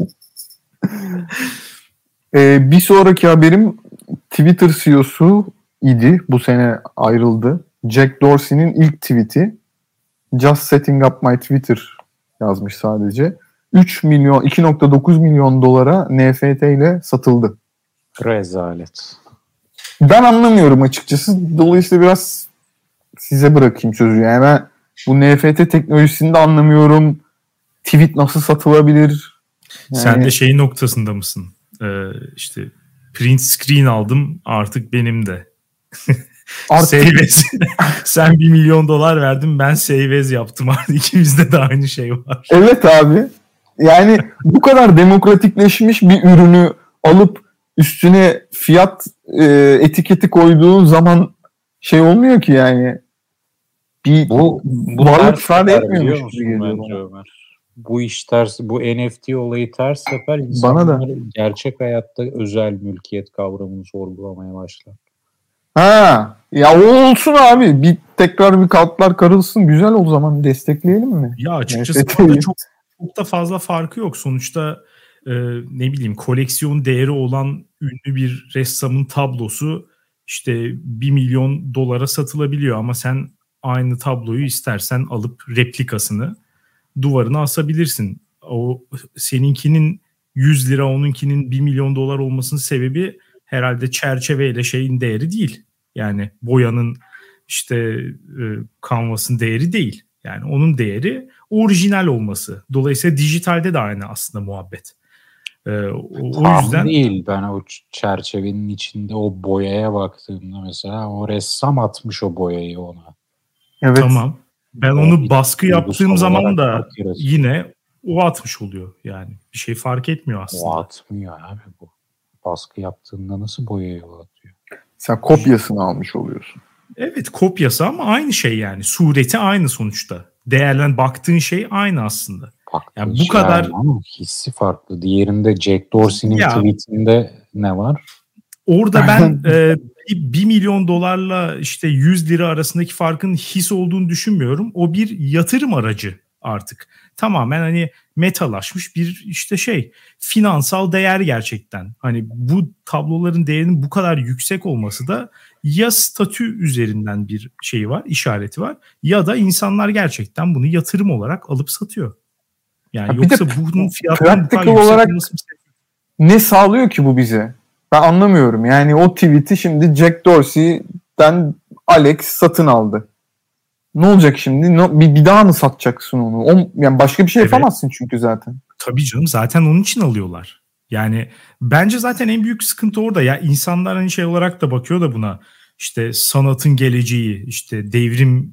Ee, bir sonraki haberim Twitter C E O'su idi. Bu sene ayrıldı. Jack Dorsey'nin ilk tweet'i. Just setting up my Twitter yazmış sadece. üç milyon, iki virgül dokuz milyon dolara N F T ile satıldı. Rezalet. Ben anlamıyorum açıkçası. Dolayısıyla biraz size bırakayım sözü. Yani ben bu N F T teknolojisini de anlamıyorum. Tweet nasıl satılabilir? Yani... Sen de şey noktasında mısın? Ee, işte print screen aldım artık benim de. Artık... Save as. Sen bir milyon dolar verdin, ben save as yaptım. Artık ikimizde de aynı şey var. Evet abi. Yani bu kadar demokratikleşmiş bir ürünü alıp üstüne fiyat e, etiketi koyduğun zaman şey olmuyor ki yani. Bir bu, bu varlık ifade etmiyormuş gibi geliyor bana. Ömer. Bu iş ters, bu N F T olayı ters sefer insanlar gerçek hayatta özel mülkiyet kavramını sorgulamaya başlar. Ha, ya o olsun abi. Bir tekrar bir kalklar karılsın. Güzel, o zaman destekleyelim mi? Ya açıkçası burada çok çok da fazla farkı yok. Sonuçta e, ne bileyim koleksiyon değeri olan ünlü bir ressamın tablosu işte bir milyon dolara satılabiliyor ama sen aynı tabloyu istersen alıp replikasını duvarına asabilirsin. O seninkinin yüz lira, onunkinin bir milyon dolar olmasının sebebi herhalde çerçeveyle şeyin değeri değil. Yani boyanın işte e, kanvasın değeri değil. Yani onun değeri orijinal olması. Dolayısıyla dijitalde de aynı aslında muhabbet. Ee, o, o yüzden değil. Ben o çerçevenin içinde o boyaya baktığımda mesela o ressam atmış o boyayı ona. Evet. Tamam. Ben o onu baskı yaptığım zaman da yine o atmış oluyor yani. Bir şey fark etmiyor aslında. O atmıyor abi bu. Baskı yaptığında nasıl boyayı o atıyor? Sen kopyasını almış oluyorsun. Evet, kopyası ama aynı şey yani. Sureti aynı sonuçta. Değerlen baktığın şey aynı aslında. Baktığın yani bu şey kadar ama hissi farklı. Diğerinde Jack Dorsey'nin ya, tweetinde ne var? Orada ben e, bir milyon dolarla işte yüz lira arasındaki farkın his olduğunu düşünmüyorum. O bir yatırım aracı artık. Tamamen hani metalaşmış bir işte şey, finansal değer gerçekten. Hani bu tabloların değerinin bu kadar yüksek olması da ya statü üzerinden bir şey var, işareti var, ya da insanlar gerçekten bunu yatırım olarak alıp satıyor. Yani ha, yoksa bunun fiyatının bu kadar olarak olması ne sağlıyor ki bu bize? Ben anlamıyorum. Yani o tweet'i şimdi Jack Dorsey'den Alex satın aldı. Ne olacak şimdi? No, bir, bir daha mı satacaksın onu? O, yani başka bir şey evet. yapamazsın çünkü zaten. Tabii canım, zaten onun için alıyorlar. Yani bence zaten en büyük sıkıntı orada. Ya insanlar hani şey olarak da bakıyor da buna. İşte sanatın geleceği, işte devrim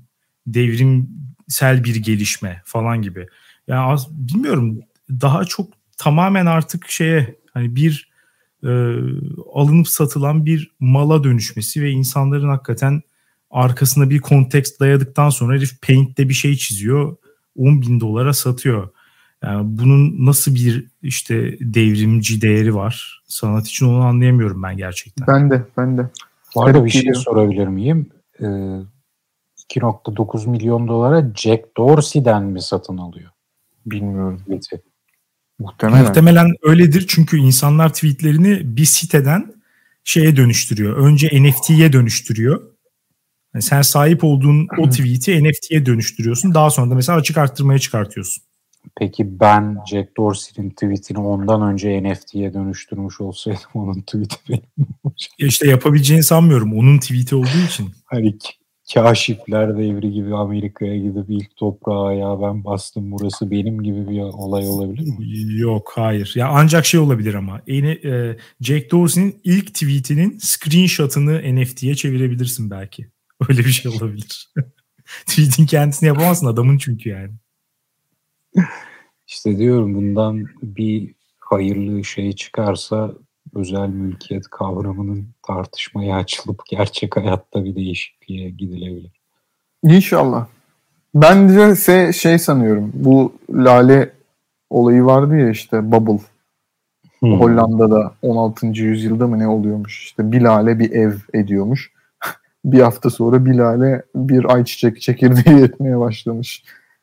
devrimsel bir gelişme falan gibi. Ya yani bilmiyorum, daha çok tamamen artık şeye hani bir e, alınıp satılan bir mala dönüşmesi ve insanların hakikaten arkasına bir kontekst dayadıktan sonra herif Paint'te bir şey çiziyor, on bin dolara satıyor. Yani bunun nasıl bir işte devrimci değeri var sanat için, onu anlayamıyorum ben gerçekten. Ben de, ben de. Bu arada bir şey sorabilir miyim? Ee, iki virgül dokuz milyon dolara Jack Dorsey'den mi satın alıyor? Bilmiyorum. Evet. Muhtemelen. Muhtemelen öyledir çünkü insanlar tweetlerini bir siteden şeye dönüştürüyor. Önce N F T'ye dönüştürüyor. Yani sen sahip olduğun o tweet'i N F T'ye dönüştürüyorsun. Daha sonra da mesela açık arttırmaya çıkartıyorsun. Peki ben Jack Dorsey'nin tweetini ondan önce N F T'ye dönüştürmüş olsaydım onun tweet'i benim olacak. İşte yapabileceğini sanmıyorum. Onun tweet'i olduğu için. Hani kaşifler devri gibi Amerika'ya gidip ilk toprağa ayağı ben bastım, burası benim gibi bir olay olabilir mi? Yok, hayır. Ya ancak şey olabilir ama e, Jack Dorsey'nin ilk tweetinin screenshot'ını N F T'ye çevirebilirsin belki. Öyle bir şey olabilir. Tweet'in kendisini yapamazsın, adamın çünkü yani. İşte diyorum, bundan bir hayırlı şey çıkarsa özel mülkiyet kavramının tartışmaya açılıp gerçek hayatta bir değişikliğe gidilebilir. İnşallah. Bence şey, şey sanıyorum, bu lale olayı vardı ya, işte bubble. Hmm. Hollanda'da on altıncı yüzyılda mı ne oluyormuş, işte bir lale bir ev ediyormuş. Bir hafta sonra bir lale bir ayçiçek çekirdeği etmeye başlamış.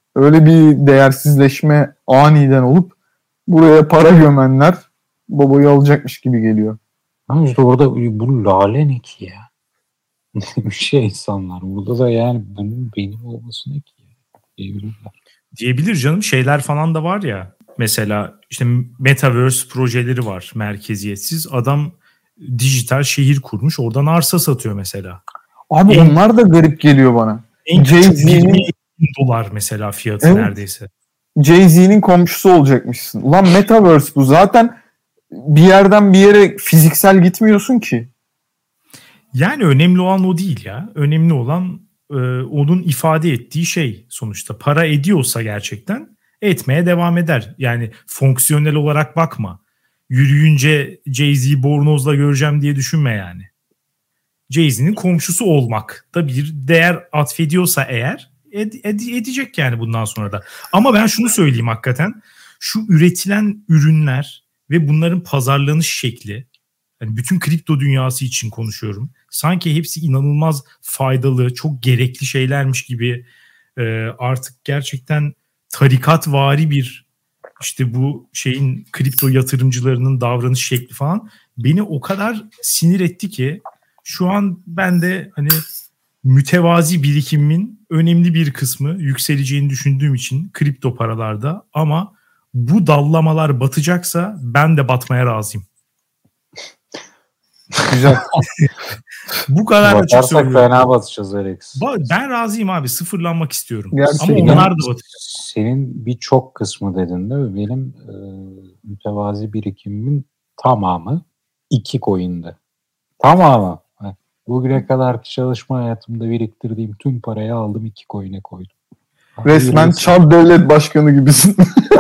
Öyle bir değersizleşme aniden olup buraya para gömenler babayı alacakmış gibi geliyor. Ama işte orada bu lale ne ki ya? Bir şey insanlar. Burada da yani bunun benim olması ne ki ya? Diyebilirler. Diyebilir canım. Şeyler falan da var ya. Mesela işte Metaverse projeleri var merkeziyetsiz. Adam dijital şehir kurmuş. Oradan arsa satıyor mesela. Abi en, onlar da garip geliyor bana. En küçük yirmi dolar mesela fiyatı evet. Neredeyse. Jay-Z'nin komşusu olacakmışsın. Ulan Metaverse bu. Zaten bir yerden bir yere fiziksel gitmiyorsun ki. Yani önemli olan o değil ya. Önemli olan e, onun ifade ettiği şey sonuçta. Para ediyorsa gerçekten etmeye devam eder. Yani fonksiyonel olarak bakma. Yürüyünce Jay-Z bornozla göreceğim diye düşünme yani. Jay-Z'nin komşusu olmak da bir değer atfediyorsa eğer ed- ed- edecek yani bundan sonra da. Ama ben şunu söyleyeyim hakikaten. Şu üretilen ürünler ve bunların pazarlanış şekli, yani bütün kripto dünyası için konuşuyorum. Sanki hepsi inanılmaz faydalı, çok gerekli şeylermiş gibi e, artık gerçekten tarikatvari bir işte bu şeyin kripto yatırımcılarının davranış şekli falan beni o kadar sinir etti ki şu an ben de hani mütevazi birikimimin önemli bir kısmı yükseleceğini düşündüğüm için kripto paralarda ama bu dallamalar batacaksa ben de batmaya razıyım. Güzel. Bu kadar açık söylüyorum. Fena batacağız Alex. Ben razıyım abi. Sıfırlanmak istiyorum. Gerçekten. Ama onlar da batacak. Senin birçok kısmı dedin değil mi? Benim e, mütevazi birikimimin tamamı iki coin'de. Tamamı. Bugüne kadarki çalışma hayatımda biriktirdiğim tüm parayı aldım iki coin'e koydum. Resmen Çad Devlet Başkanı gibisin.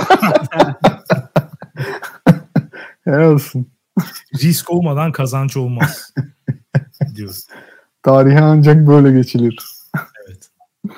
Helal olsun. Risk olmadan kazanç olmaz diyor. Tarihe ancak böyle geçilir. Evet.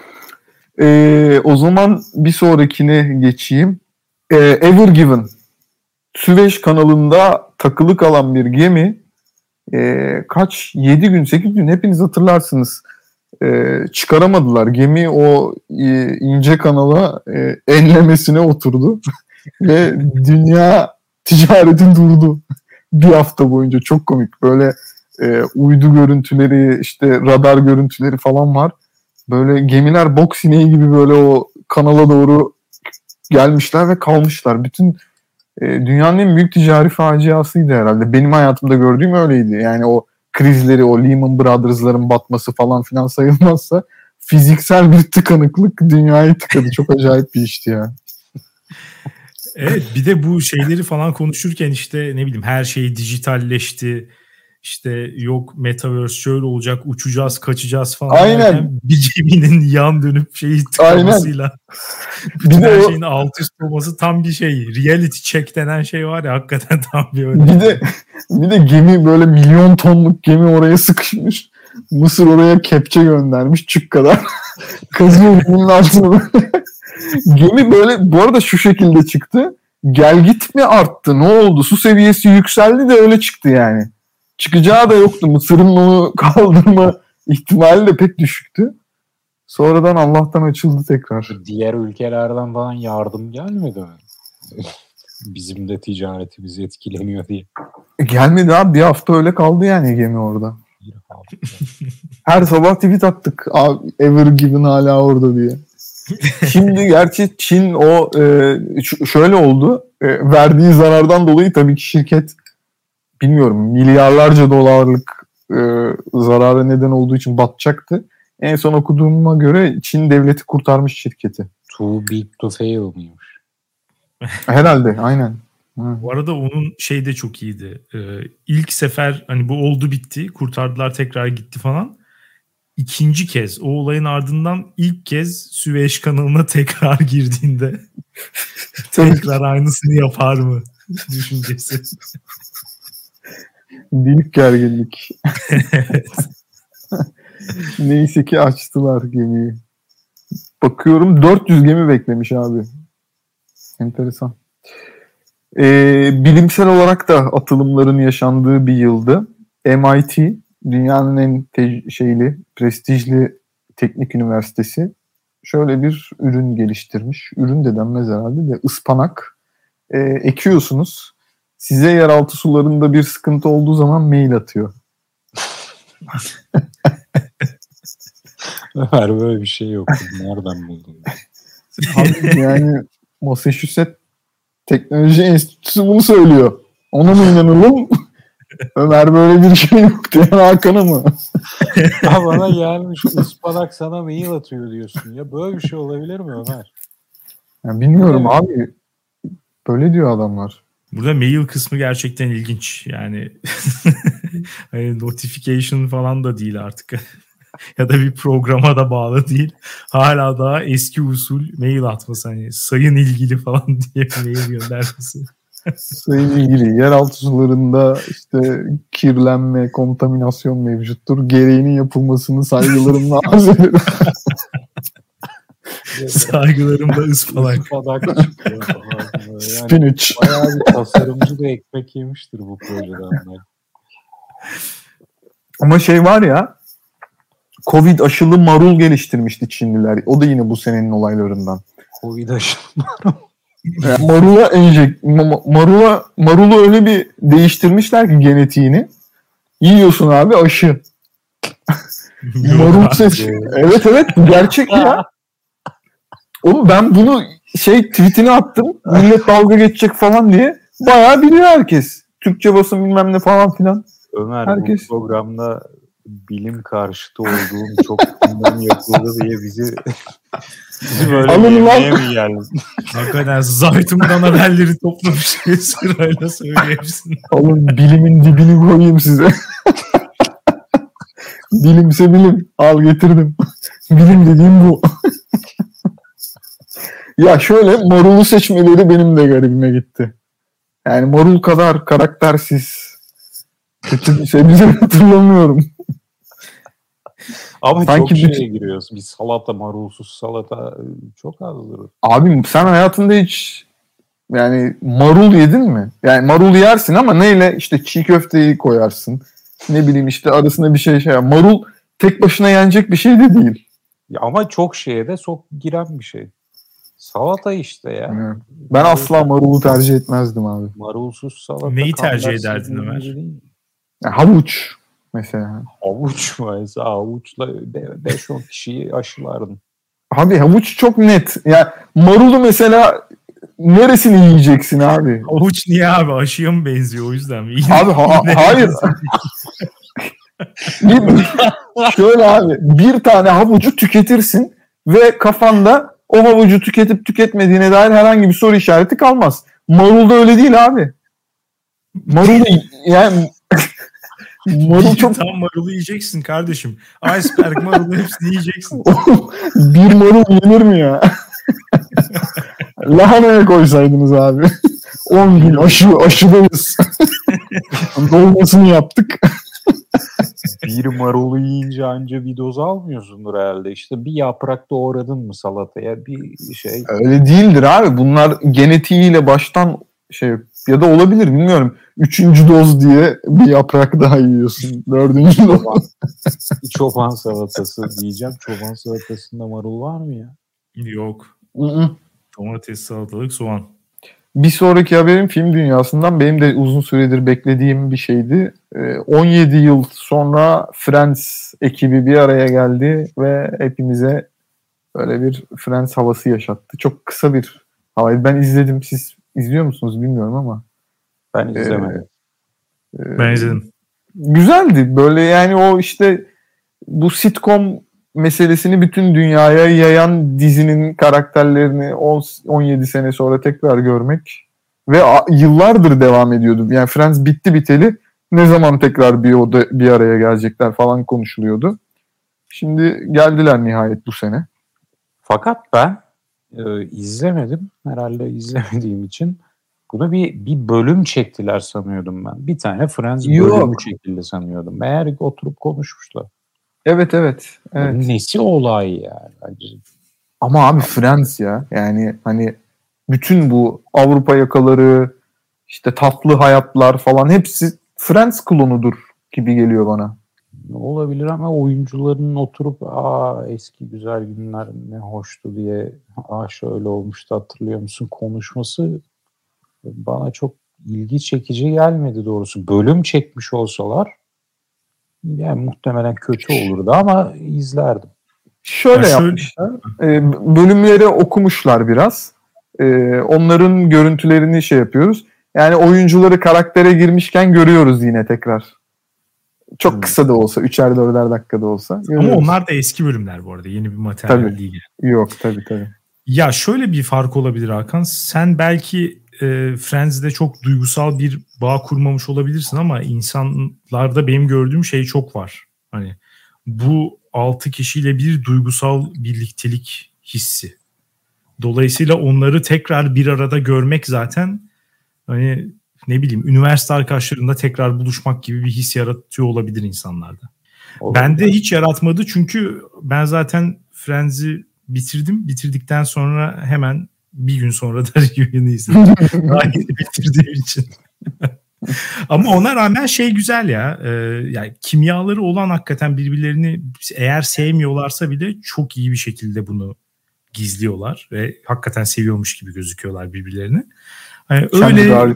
Ee, o zaman bir sonrakine geçeyim. Ee, Ever Given. Süveyş kanalında takılı kalan bir gemi e, kaç? yedi gün, sekiz gün hepiniz hatırlarsınız. E, çıkaramadılar. Gemi o e, ince kanala e, enlemesine oturdu. Ve dünya ticareti durdu. Bir hafta boyunca. Çok komik. Böyle e, uydu görüntüleri, işte radar görüntüleri falan var. Böyle gemiler bok sineği gibi böyle o kanala doğru gelmişler ve kalmışlar. Bütün e, dünyanın en büyük ticari faciasıydı herhalde. Benim hayatımda gördüğüm öyleydi. Yani o krizleri, o Lehman Brothers'ların batması falan filan sayılmazsa fiziksel bir tıkanıklık dünyayı tıkadı. Çok acayip bir işti ya. Evet, bir de bu şeyleri falan konuşurken işte ne bileyim her şey dijitalleşti. İşte yok Metaverse şöyle olacak, uçacağız, kaçacağız falan. Aynen. Bir geminin yan dönüp şeyi tıkamasıyla bütün her şeyin alt üst olması tam bir şey. Reality check denen şey var ya, hakikaten tam bir öyle. Bir de bir de gemi böyle milyon tonluk gemi oraya sıkışmış. Mısır oraya kepçe göndermiş çük kadar. Kazıyor geminin altına. Gemi böyle bu arada şu şekilde çıktı. Gel git mi arttı? Ne oldu? Su seviyesi yükseldi de öyle çıktı yani. Çıkacağı da yoktu. Mısır'ın onu kaldırma ihtimali de pek düşüktü. Sonradan Allah'tan açıldı tekrar. Diğer ülkelerden falan yardım gelmedi mi? Bizim de ticaretimiz etkileniyor diye. E gelmedi abi. Bir hafta öyle kaldı yani gemi orada. Her sabah tweet attık. Abi, Ever Given hala orada diye. Şimdi gerçi Çin o e, şöyle oldu. E, verdiği zarardan dolayı tabii ki şirket bilmiyorum milyarlarca dolarlık e, zarara neden olduğu için batacaktı. En son okuduğuma göre Çin devleti kurtarmış şirketi. Too big to fail mıymış? Herhalde aynen. Bu arada onun şey de çok iyiydi. Ee, ilk sefer hani bu oldu bitti, kurtardılar, tekrar gitti falan. İkinci kez o olayın ardından ilk kez Süveyş kanalına tekrar girdiğinde tekrar aynısını yapar mı düşüncesi. Büyük gerginlik. Neyse ki açtılar gemiyi. Bakıyorum dört yüz gemi beklemiş abi. Enteresan. Ee, bilimsel olarak da atılımların yaşandığı bir yıldı. M I T dünyanın en te- şeyli, prestijli teknik üniversitesi. şöyle bir ürün geliştirmiş. Ürün de denmez herhalde de ıspanak. E, ekiyorsunuz. Size yeraltı sularında bir sıkıntı olduğu zaman mail atıyor. Ömer böyle bir şey yok. Nereden buldun? Abi yani Massachusetts Teknoloji Enstitüsü bunu söylüyor. Ona mı inanalım? Ömer böyle bir şey yok diyen Hakan'a mı? Ya bana gelmiş ıspanak sana mail atıyor diyorsun. Ya böyle bir şey olabilir mi Ömer? Ya bilmiyorum evet. Abi. Böyle diyor adamlar. Burada mail kısmı gerçekten ilginç. Yani hani notification falan da değil artık. Ya da bir programa da bağlı değil. Hala daha eski usul mail atması. Hani sayın ilgili falan diye mail göndermesi. Sayın ilgili yeraltı sularında işte kirlenme, kontaminasyon mevcuttur. Gereğinin yapılmasını saygılarımla arz ederim. Saygılarımla ıspanak. Ispanak çıkıyor. Yani Spinach. bayağı bir tasarımcı da ekmek yemiştir bu projeden. Ama şey var ya, Covid aşılı marul geliştirmişti Çinliler. O da yine bu senenin olaylarından. Covid aşılı marul. Yani marula enjek, marula, marulu öyle bir değiştirmişler ki genetiğini. Yiyorsun abi aşı. Marul ses. Evet evet gerçek ya. Oğlum ben bunu şey tweetini attım. Millet dalga geçecek falan diye. Bayağı biliyor herkes. Türkçe basın bilmem ne falan filan. Ömer herkes... bu programda bilim karşıtı olduğum çok gündem yapıldı diye bizi bizi böyle yemeğe mi geldin? Hakikaten Zaytım'dan haberleri toplamış sırayla söyleyebilirsin. Oğlum bilimin dibini koyayım size. Bilimse bilim. Al getirdim. Bilim dediğim bu. Ya şöyle marulu seçmeleri benim de garibime gitti. Yani marul kadar karaktersiz kötü bir şey bize hatırlamıyorum. Ama sanki çok şeye bütün... giriyoruz. Bir salata, marulsuz salata çok azdır. Abi sen hayatında hiç yani marul yedin mi? Yani marul yersin ama neyle? İşte çiğ köfteyi koyarsın. Ne bileyim işte arasına bir şey şey. Marul tek başına yenecek bir şey de değil. Ya ama çok şeye de sok giren bir şey. Salata işte ya. Evet. Ben marul asla marulu tercih etmezdim abi. Marulsuz salata. Neyi tercih ederdin Ömer? Ya, havuç mesela. Havuç mu? Mesela havuçla beş on kişiyi aşılardın. Abi havuç çok net. Ya marulu mesela neresini yiyeceksin abi? Havuç niye abi? Aşıya mı benziyor o yüzden mi? Abi ha- hayır. bir, şöyle abi bir tane havucu tüketirsin ve kafanda o havucu tüketip tüketmediğine dair herhangi bir soru işareti kalmaz. Marulda öyle değil abi. Marul yani marul çok... Tam marulu yiyeceksin kardeşim. Iceberg marulu hepsini yiyeceksin. Bir marul yenir mi ya? Lahanaya koysaydınız abi. on gün aşı, aşıdayız. Dolmasını yaptık. Bir marulu yiyince anca bir doz almıyorsundur herhalde. İşte bir yaprak doğradın mı salataya bir şey. Öyle değildir abi. Bunlar genetiğiyle baştan şey ya da olabilir bilmiyorum. Üçüncü doz diye bir yaprak daha yiyorsun. Dördüncü doz. Çoban salatası diyeceğim. Çoban salatasında marul var mı ya? Yok. Hı-hı. Domates, salatalık, soğan. Bir sonraki haberim film dünyasından benim de uzun süredir beklediğim bir şeydi. on yedi yıl sonra Friends ekibi bir araya geldi ve hepimize böyle bir Friends havası yaşattı. Çok kısa bir havaydı. Ben izledim. Siz izliyor musunuz bilmiyorum ama. Ben izlemedim. Ee, ben izledim. Güzeldi. Böyle yani o işte bu sitcom meselesini bütün dünyaya yayan dizinin karakterlerini on yedi sene sonra tekrar görmek ve yıllardır devam ediyordu. Yani Friends bitti biteli ne zaman tekrar bir oda bir araya gelecekler falan konuşuluyordu. Şimdi geldiler nihayet bu sene. Fakat ben e, izlemedim. Herhalde izlemediğim için bunu bir bir bölüm çektiler sanıyordum ben. Bir tane Friends Yok. bölümü çekildi sanıyordum. Meğer oturup konuşmuşlar. Evet evet. evet. Nesi olay yani bence. Ama abi Friends ya. Yani hani bütün bu Avrupa yakaları işte tatlı hayatlar falan hepsi Friends klonudur gibi geliyor bana. olabilir ama oyuncuların oturup aa eski güzel günler ne hoştu diye aa şöyle olmuştu hatırlıyor musun konuşması bana çok ilgi çekici gelmedi doğrusu. Bölüm çekmiş olsalar yani muhtemelen kötü olurdu ama izlerdim. Şöyle yani yapmışlar. Şöyle... E, bölümleri okumuşlar biraz. E, onların görüntülerini şey yapıyoruz. Yani oyuncuları karaktere girmişken görüyoruz yine tekrar. Çok hmm. kısa da olsa, üçer dörder dakikada olsa. Görüyoruz. Ama onlar da eski bölümler bu arada. Yeni bir materyal tabii. değil. Yok tabii tabii. Ya şöyle bir fark olabilir Hakan. Sen belki e, Friends'de çok duygusal bir bağ kurmamış olabilirsin ama insanlarda benim gördüğüm şey çok var. Hani bu altı kişiyle bir duygusal birliktelik hissi. Dolayısıyla onları tekrar bir arada görmek zaten hani ne bileyim üniversite arkadaşlarında tekrar buluşmak gibi bir his yaratıyor olabilir insanlarda. Olabilir. Bende hiç yaratmadı çünkü ben zaten Friends'i bitirdim. Bitirdikten sonra hemen bir gün sonra da Reunion'u izledim. Daha yeni bitirdiğim için. Ama ona rağmen şey güzel ya. E, yani kimyaları olan hakikaten birbirlerini eğer sevmiyorlarsa bile çok iyi bir şekilde bunu gizliyorlar ve hakikaten seviyormuş gibi gözüküyorlar birbirlerini. Yani öyle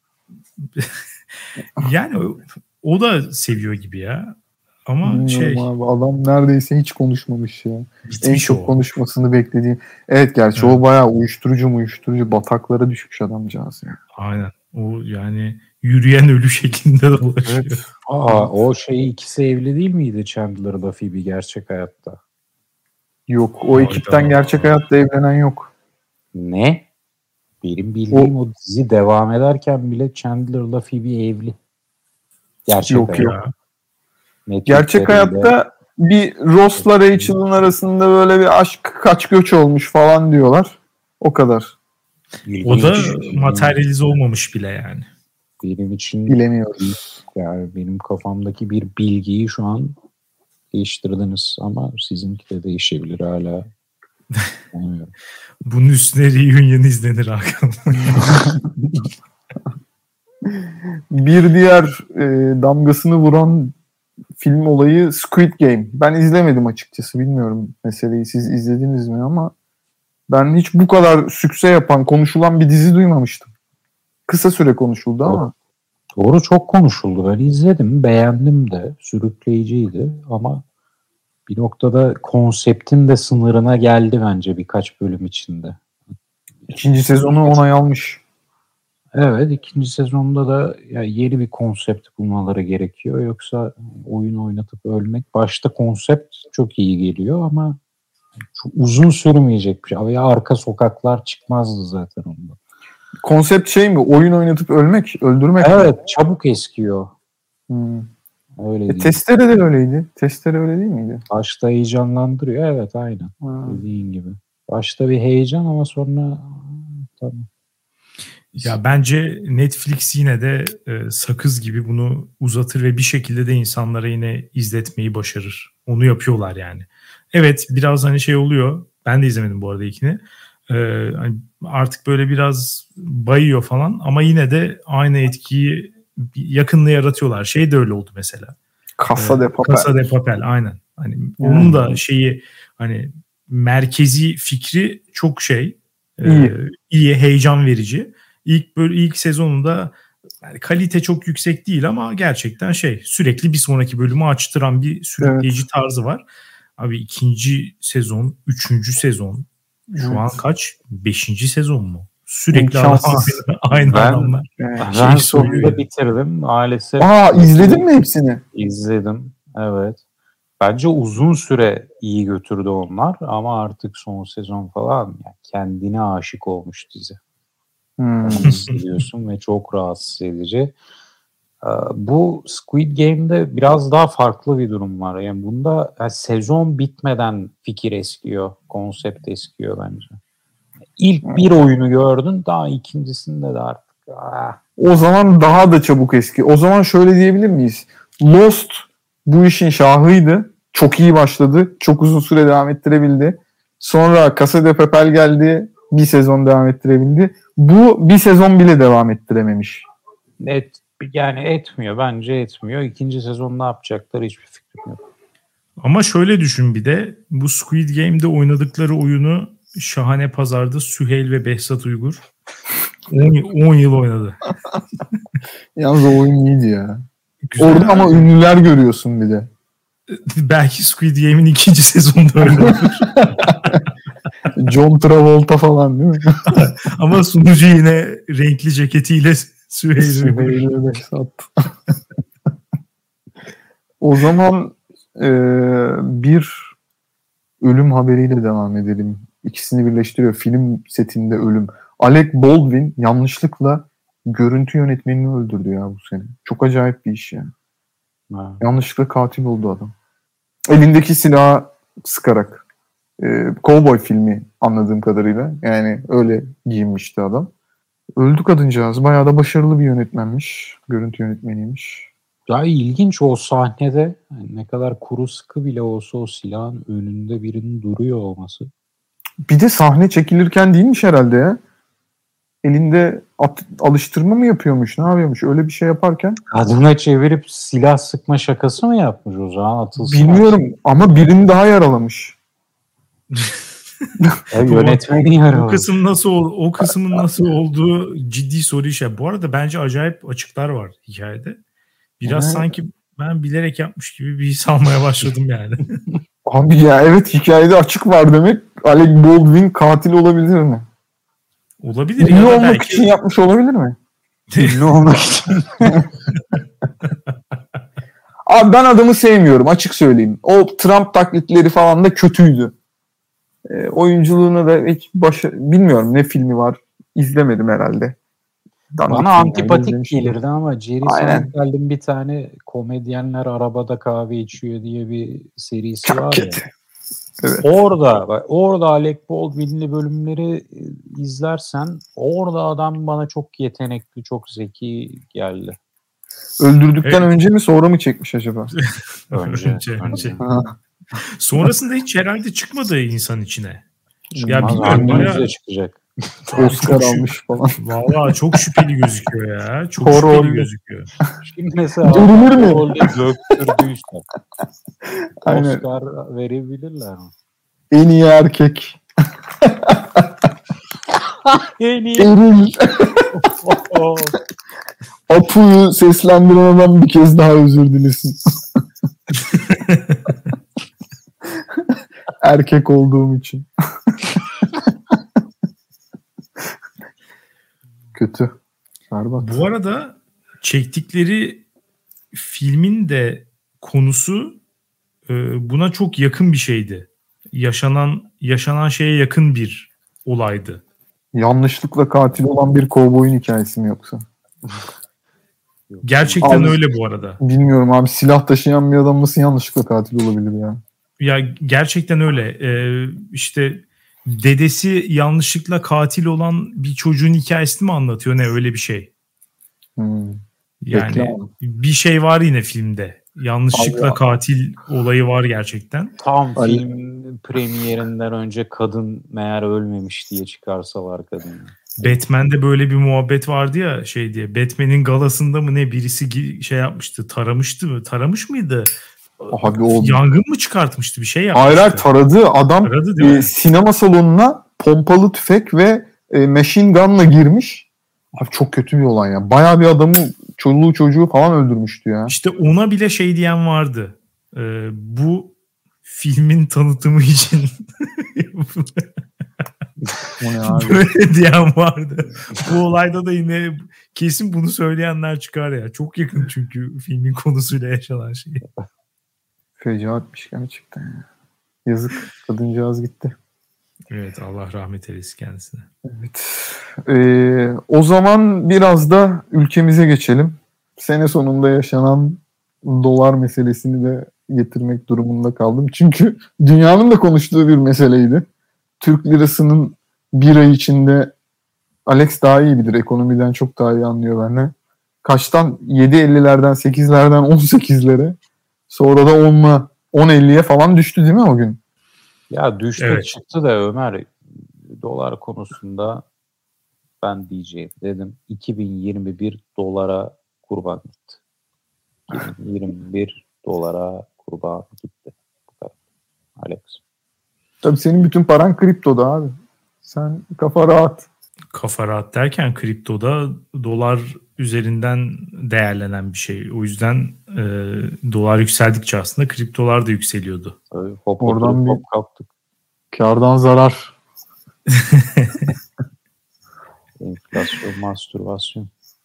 yani o, o da seviyor gibi ya. Ama bilmiyorum şey abi, adam neredeyse hiç konuşmamış ya. En çok o. konuşmasını beklediğim. Evet gerçi evet. O bayağı uyuşturucu mu uyuşturucu bataklara düşmüş adamcağız ya. Aynen. O yani yürüyen ölü şeklinde dolaşıyor. Evet. Aa, o şey ikisi evli değil miydi Chandler'la Phoebe gerçek hayatta? Yok o Hayda. Ekipten gerçek hayatta evlenen yok. Ne? Benim bildiğim o, o dizi devam ederken bile Chandler'la Phoebe evli. Gerçek yok hayatta. yok. Gerçek hayatta bir Ross'la Rachel'ın arasında böyle bir aşk kaç göç olmuş falan diyorlar. O kadar. O da materyalize olmamış bile yani. Benim için bilemiyoruz. Yani benim kafamdaki bir bilgiyi şu an değiştirdiniz ama sizinki de değişebilir hala. Bunun üstüne Reunion izlenir Hakan. Bir diğer e, damgasını vuran film olayı Squid Game. Ben izlemedim açıkçası. Bilmiyorum meseleyi siz izlediniz mi ama ben hiç bu kadar sükse yapan, konuşulan bir dizi duymamıştım. Kısa süre konuşuldu ama. Doğru çok konuşuldu. Ben izledim. Beğendim de. Sürükleyiciydi ama bir noktada konseptin de sınırına geldi bence birkaç bölüm içinde. İkinci sezonu onay almış. Evet, ikinci sezonda da yani yeni bir konsept bulmaları gerekiyor. Yoksa oyun oynatıp ölmek. Başta konsept çok iyi geliyor ama çok uzun sürmeyecek bir şey. Ya arka sokaklar çıkmazdı zaten onda. Konsept şey mi? Oyun oynatıp ölmek, öldürmek Evet, mi? Çabuk eskiyor. Hmm. Öyle e, değil. Testere de öyleydi. Testere öyle değil miydi? Başta heyecanlandırıyor. Evet, aynen. Hmm. Dediğin gibi. Başta bir heyecan ama sonra tamam. Ya bence Netflix yine de e, sakız gibi bunu uzatır ve bir şekilde de insanlara yine izletmeyi başarır. Onu yapıyorlar yani. Evet biraz hani şey oluyor. Ben de izlemedim bu arada ikini. E, hani artık böyle biraz bayıyor falan ama yine de aynı etkiyi yakınlığı yaratıyorlar. Şey de öyle oldu mesela. Casa de Papel. Casa de Papel aynen. Hani hmm. onun da şeyi hani merkezi fikri çok şey iyi, e, iyi heyecan verici. İlk böyle ilk sezonunda yani kalite çok yüksek değil ama gerçekten şey sürekli bir sonraki bölümü açtıran bir sürükleyici evet. tarzı var. Abi ikinci sezon, üçüncü sezon şu evet. an kaç? Beşinci sezon mu? Sürekli aynı, aynı ben, adamlar. Ben şey sonunda bitirdim maalesef. Aa izledin mi hepsini? İzledim evet. Bence uzun süre iyi götürdü onlar ama artık son sezon falan yani kendine aşık olmuş dizi. Hmm. Hissediyorsun ve çok rahatsız edici. Bu Squid Game'de biraz daha farklı bir durum var. Yani bunda yani sezon bitmeden fikir eskiyor, konsept eskiyor bence. İlk bir oyunu gördün, daha ikincisinde de artık. Ah. O zaman daha da çabuk eski. O zaman şöyle diyebilir miyiz? Lost bu işin şahıydı. Çok iyi başladı. Çok uzun süre devam ettirebildi. Sonra Casa de Papel geldi. Bir sezon devam ettirebildi. Bu bir sezon bile devam ettirememiş. Et, yani etmiyor. Bence etmiyor. İkinci sezon ne yapacaklar hiçbir fikrim fikrim yok. Ama şöyle düşün bir de bu Squid Game'de oynadıkları oyunu Şahane Pazar'da Süheyl ve Behzat Uygur on yıl oynadı. Yalnız o oyun iyiydi ya. Güzel Orada abi. ama ünlüler görüyorsun bir de. Belki Squid Game'in ikinci sezonunda öyle olur. John Travolta falan değil mi? Ama sunucu yine renkli ceketiyle Süheyl Uygur. Süheyl ve Behzat. O zaman e, bir ölüm haberiyle devam edelim. İkisini birleştiriyor. Film setinde ölüm. Alec Baldwin yanlışlıkla görüntü yönetmenini öldürdü ya bu sene. Çok acayip bir iş ya. Ha. Yanlışlıkla katil oldu adam. Elindeki silahı sıkarak. Ee, Cowboy filmi anladığım kadarıyla. Yani öyle giyinmişti adam. Öldü kadıncağız. Bayağı da başarılı bir yönetmenmiş. Görüntü yönetmeniymiş. Ya ilginç o sahnede yani ne kadar kuru sıkı bile olsa o silahın önünde birinin duruyor olması. Bir de sahne çekilirken değilmiş herhalde ya. Elinde at, alıştırma mı yapıyormuş? Ne yapıyormuş? Öyle bir şey yaparken. Kadına çevirip silah sıkma şakası mı yapmış o zaman? Atılsın. Bilmiyorum ama birini daha yaralamış. Ya yönetmeni O yaralamış. kısım nasıl ol- o kısmın nasıl olduğu ciddi soru işareti. Bu arada bence acayip açıklar var hikayede. Biraz Evet. sanki ben bilerek yapmış gibi bir his almaya başladım yani. Abi ya evet hikayede açık var demek. Alec Baldwin katil olabilir mi? Olabilir Ünlü ya da olmak belki için yapmış olabilir mi? Ünlü olmak için. Abi ben adamı sevmiyorum açık söyleyeyim. O Trump taklitleri falan da kötüydü. E, oyunculuğuna da hiç başa... Bilmiyorum ne filmi var. İzlemedim herhalde. Dandik Bana filmlerden antipatik izlemiştim. gelirdi ama Jerry Aynen. Seinfeld'in bir tane komedyenler arabada kahve içiyor diye bir serisi Çok var ya. kötü. Evet. Orada bak, orada Alec Baldwin'li bölümleri e, izlersen orada adam bana çok yetenekli, çok zeki geldi. Öldürdükten Evet. önce mi sonra mı çekmiş acaba? Önce. Önce, önce. Ha. Sonrasında hiç herhalde çıkmadı insan içine. Ya Çıkmaz, bilmiyorum, önümüzde bayağı- çıkacak. Oscar çok şü- almış falan. Vallahi çok şüpheli gözüküyor ya. Çok Kor şüpheli rollü. gözüküyor. Şimdi mesela Görünür mü? rolde döktürdüyse Aynen. Oscar verebilirler mi? En iyi erkek. En iyi. Eril. Apu'yu seslendiren adam bir kez daha özür dilesin. Erkek olduğum için. Kötü. Berbat. Bu arada çektikleri filmin de konusu e, buna çok yakın bir şeydi. Yaşanan yaşanan şeye yakın bir olaydı. Yanlışlıkla katil olan bir kovboyun hikayesi mi yoksa? Gerçekten Abi- öyle bu arada. Bilmiyorum abi, silah taşıyan bir adam nasıl yanlışlıkla katil olabilir ya? Ya gerçekten öyle. Ee, işte dedesi yanlışlıkla katil olan bir çocuğun hikayesini mi anlatıyor, ne öyle bir şey. Hmm. Yani Bekle abi. bir şey var yine filmde. Yanlışlıkla Allah. katil olayı var gerçekten. Tam Ali- film premierinden önce kadın meğer ölmemiş diye çıkarsalar kadın. Batman'de böyle bir muhabbet vardı ya, şey diye. Batman'in galasında mı ne birisi gi- şey yapmıştı, taramıştı mı? Taramış mıydı? Abi o... Yangın mı çıkartmıştı, bir şey yapmıştı. Hayır hayır, taradı. Adam Taradı değil e, mi? sinema salonuna pompalı tüfek ve e, machine gun'la girmiş. Abi çok kötü bir olay ya. Bayağı bir adamı, çoluğu çocuğu falan öldürmüştü ya. İşte ona bile şey diyen vardı. Ee, bu filmin tanıtımı için O ne abi? böyle diyen vardı. Bu olayda da yine kesin bunu söyleyenler çıkar ya. Çok yakın çünkü filmin konusuyla yaşanan şey. Fecaatmiş gerçekten ya. Yazık. Kadıncağız gitti. Evet, Allah rahmet eylesin kendisine. Evet. Ee, o zaman biraz da ülkemize geçelim. Sene sonunda yaşanan dolar meselesini de getirmek durumunda kaldım. Çünkü dünyanın da konuştuğu bir meseleydi. Türk lirasının bir ay içinde, Alex daha iyi bilir, ekonomiden çok daha iyi anlıyor benden. Kaçtan? yedi ellilerden sekizlerden on sekizlere, sonra da onla on elliye falan düştü değil mi o gün? Ya düştü Evet. çıktı da Ömer, dolar konusunda ben diyeceğim dedim. iki bin yirmi bir dolara kurban gitti. iki bin yirmi bir dolara kurban. kurdu abi gitti. Bu kadar. Alex. Tabii senin bütün paran kriptoda abi. Sen kafa rahat. Kafa rahat derken kriptoda dolar üzerinden değerlenen bir şey. O yüzden e, dolar yükseldikçe aslında kriptolar da yükseliyordu. Öyle hop Oradan hop bir- hop kalktık. Kardan zarar. Enflasyon, mastürbasyon.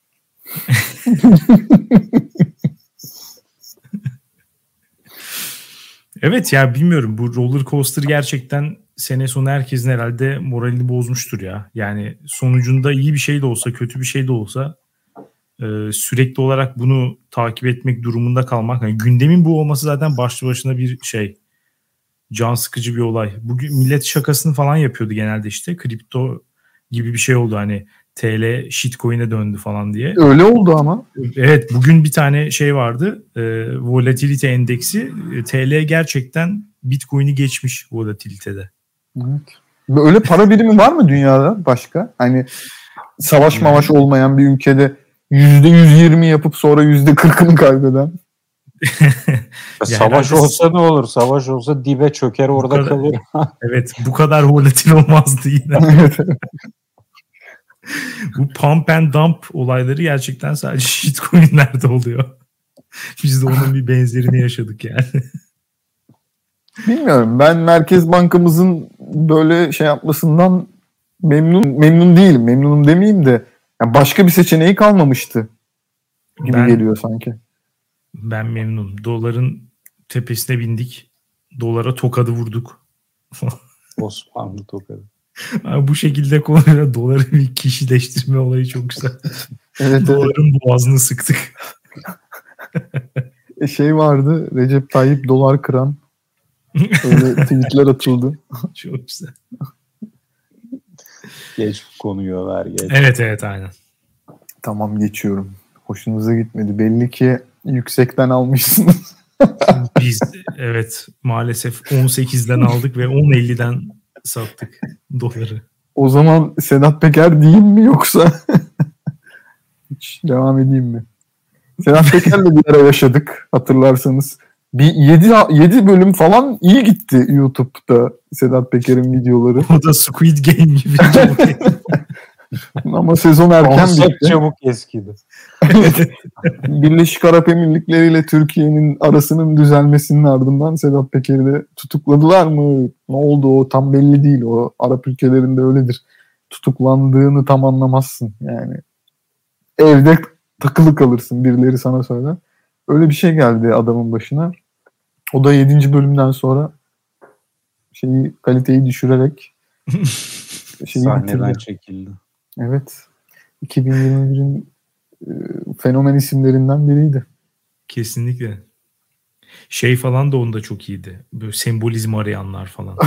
Evet ya bilmiyorum, bu roller coaster gerçekten sene sonu herkesin herhalde moralini bozmuştur ya. Yani sonucunda iyi bir şey de olsa kötü bir şey de olsa e, sürekli olarak bunu takip etmek durumunda kalmak. Yani gündemin bu olması zaten başlı başına bir şey. Can sıkıcı bir olay. Bugün millet şakasını falan yapıyordu genelde işte. Kripto gibi bir şey oldu hani, T L shitcoin'e döndü falan diye. Öyle oldu ama. Evet, bugün bir tane şey vardı. E, volatility endeksi. E, T L gerçekten Bitcoin'i geçmiş volatilitede. Evet. Öyle para birimi var mı dünyada başka? Hani savaş mavaş olmayan bir ülkede yüzde yüz yirmi yapıp sonra yüzde kırkını kaybeden. Ya Savaş herhalde- olsa ne olur? Savaş olsa dibe çöker orada kadar- kalır. Evet, bu kadar volatil olmazdı yine. Evet. Bu pump and dump olayları gerçekten sadece shitcoin'lerde oluyor. Biz de onun bir benzerini yaşadık yani. Bilmiyorum. Ben Merkez Bankamızın böyle şey yapmasından memnun memnun değilim. Memnunum demeyeyim de yani başka bir seçeneği kalmamıştı gibi Ben, geliyor sanki. ben memnunum. Doların tepesine bindik. Dolara tokadı vurduk. Osmanlı tokadı. Abi bu şekilde konuşuyor. Doları bir kişileştirme olayı çok güzel. Evet, evet. Doların boğazını sıktık. E, Şey vardı. Recep Tayyip dolar kıran. Öyle tweetler atıldı. Çok güzel. Geç bu konuyu Ömer geç. Evet evet aynen. Tamam, geçiyorum. Hoşunuza gitmedi. Belli ki yüksekten almışsınız. Biz evet maalesef on sekizden aldık ve on elliden sattık doları. O zaman Sedat Peker diyeyim mi yoksa hiç devam edeyim mi? Sedat Peker'le bir ara yaşadık hatırlarsanız. Bir yedi bölüm falan iyi gitti YouTube'da Sedat Peker'in videoları. O da Squid Game gibi. Ama sezon erken Konsept bitti. çabuk eskidi. Birleşik Arap Emirlikleri ile Türkiye'nin arasının düzelmesinin ardından Sedat Peker'i de tutukladılar mı? Ne oldu o tam belli değil. O Arap ülkelerinde öyledir. Tutuklandığını tam anlamazsın. Yani evde takılı kalırsın, birileri sana söyler. Öyle bir şey geldi adamın başına. O da yedinci bölümden sonra şeyi kaliteyi düşürerek şeyi Sahneden bitirdi. çekildi. Evet. iki bin yirmi birin e, fenomen isimlerinden biriydi. Kesinlikle. Şey falan da onda çok iyiydi. Böyle sembolizm arayanlar falan.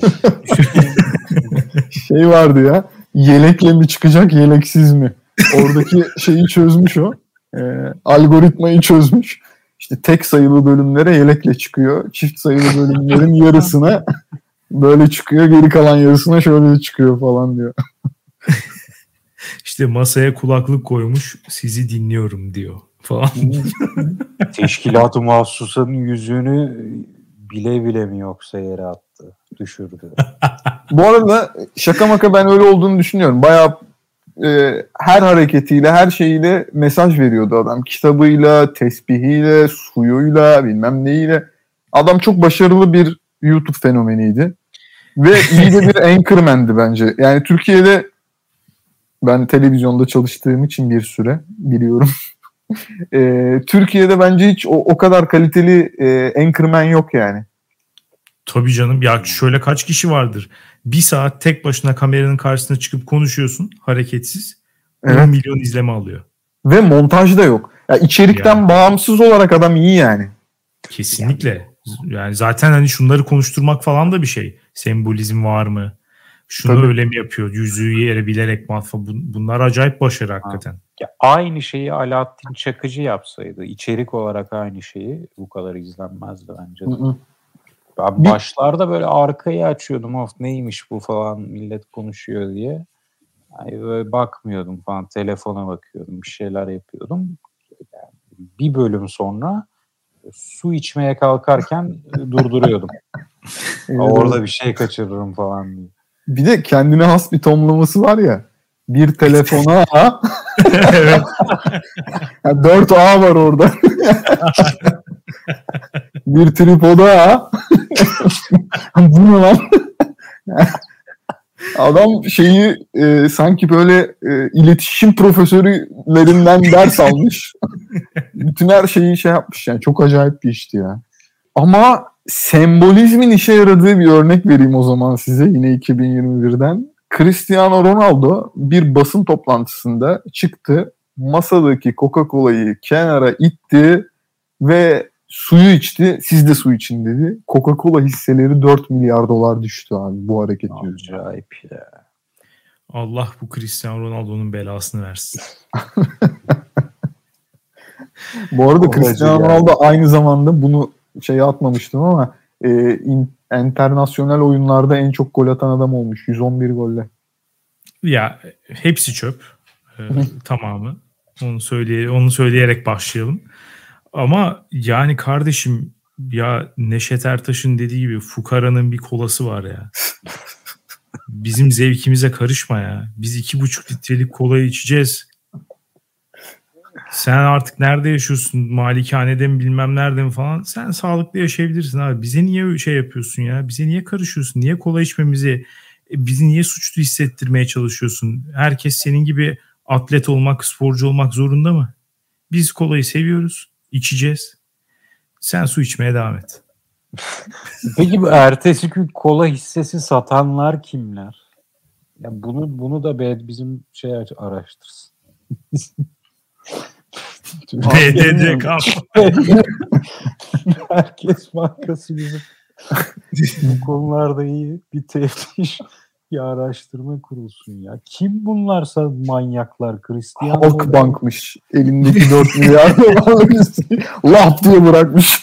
Şey vardı ya, yelekle mi çıkacak yeleksiz mi? Oradaki şeyi çözmüş o. E, algoritmayı çözmüş. İşte tek sayılı bölümlere yelekle çıkıyor. Çift sayılı bölümlerin yarısına böyle çıkıyor. Geri kalan yarısına şöyle çıkıyor falan diyor. İşte masaya kulaklık koymuş, sizi dinliyorum diyor falan. Teşkilat-ı Mahsusa'nın yüzüğünü bile bile mi yoksa yere attı, düşürdü. Bu arada şaka maka ben öyle olduğunu düşünüyorum. Bayağı e, her hareketiyle, her şeyiyle mesaj veriyordu adam. Kitabıyla, tesbihiyle, suyuyla, bilmem neyiyle. Adam çok başarılı bir YouTube fenomeniydi. Ve iyi de bir anchorman'di bence. Yani Türkiye'de ben televizyonda çalıştığım için bir süre biliyorum. e, Türkiye'de bence hiç o, o kadar kaliteli e, anchorman yok yani. Tabii canım. Ya şöyle kaç kişi vardır? Bir saat tek başına kameranın karşısına çıkıp konuşuyorsun hareketsiz. Evet. on milyon izleme alıyor. Ve montaj da yok. Ya içerikten Yani. bağımsız olarak adam iyi yani. Kesinlikle. Yani zaten hani şunları konuşturmak falan da bir şey. Sembolizm var mı? Şunu Tabii. öyle mi yapıyor? Yüzüğü yere bilerek matfa. Bunlar acayip başarı hakikaten. Ya aynı şeyi Alaaddin Çakıcı yapsaydı, içerik olarak aynı şeyi bu kadar izlenmezdi bence de. Hı hı. Ben başlarda böyle arkayı açıyordum, of neymiş bu falan millet konuşuyor diye. Yani böyle bakmıyordum falan, telefona bakıyordum, bir şeyler yapıyordum. Yani bir bölüm sonra e, su içmeye kalkarken durduruyordum. Orada bir şey kaçırırım falan diye. Bir de kendine has bir tonlaması var ya. Bir telefona A. Evet. Yani dört A var orada. Bir tripoda A. Bu ne lan? Adam şeyi e, sanki böyle e, iletişim profesörlerinden ders almış. Bütün her şeyi şey yapmış yani. Çok acayip bir işti ya. Ama sembolizmin işe yaradığı bir örnek vereyim o zaman size yine iki bin yirmi birden. Cristiano Ronaldo bir basın toplantısında çıktı. Masadaki Coca-Cola'yı kenara itti ve suyu içti. Siz de su için dedi. Coca-Cola hisseleri dört milyar dolar düştü abi bu hareket yüzünden. Acayip ya. Allah bu Cristiano Ronaldo'nun belasını versin. Bu arada O Cristiano acı Ronaldo aynı zamanda bunu şeye atmamıştım ama e, in, internasyonel oyunlarda en çok gol atan adam olmuş. yüz on bir golle. Ya hepsi çöp. Ee, tamamı. Onu söyleye onu söyleyerek başlayalım. Ama yani kardeşim ya Neşet Ertaş'ın dediği gibi fukaranın bir kolası var ya. Bizim zevkimize karışma ya. Biz iki buçuk litrelik kolayı içeceğiz. Sen artık nerede yaşıyorsun? Malikanede mi bilmem nerede mi falan. Sen sağlıklı yaşayabilirsin abi. Bize niye şey yapıyorsun ya? Bize niye karışıyorsun? Niye kola içmemizi, bizi niye suçlu hissettirmeye çalışıyorsun? Herkes senin gibi atlet olmak, sporcu olmak zorunda mı? Biz kolayı seviyoruz. İçeceğiz. Sen su içmeye devam et. Peki bu ertesi gün kola hissesi satanlar kimler? Ya bunu bunu da bizim şey araştırsın. B D D K. Herkes Bankası bizim bu konularda iyi bir teftiş, bir araştırma kurulsun ya. Kim bunlarsa manyaklar? Cristiano Halkbank'mış. Elindeki dört milyar dolarlık listeyi laf diye bırakmış.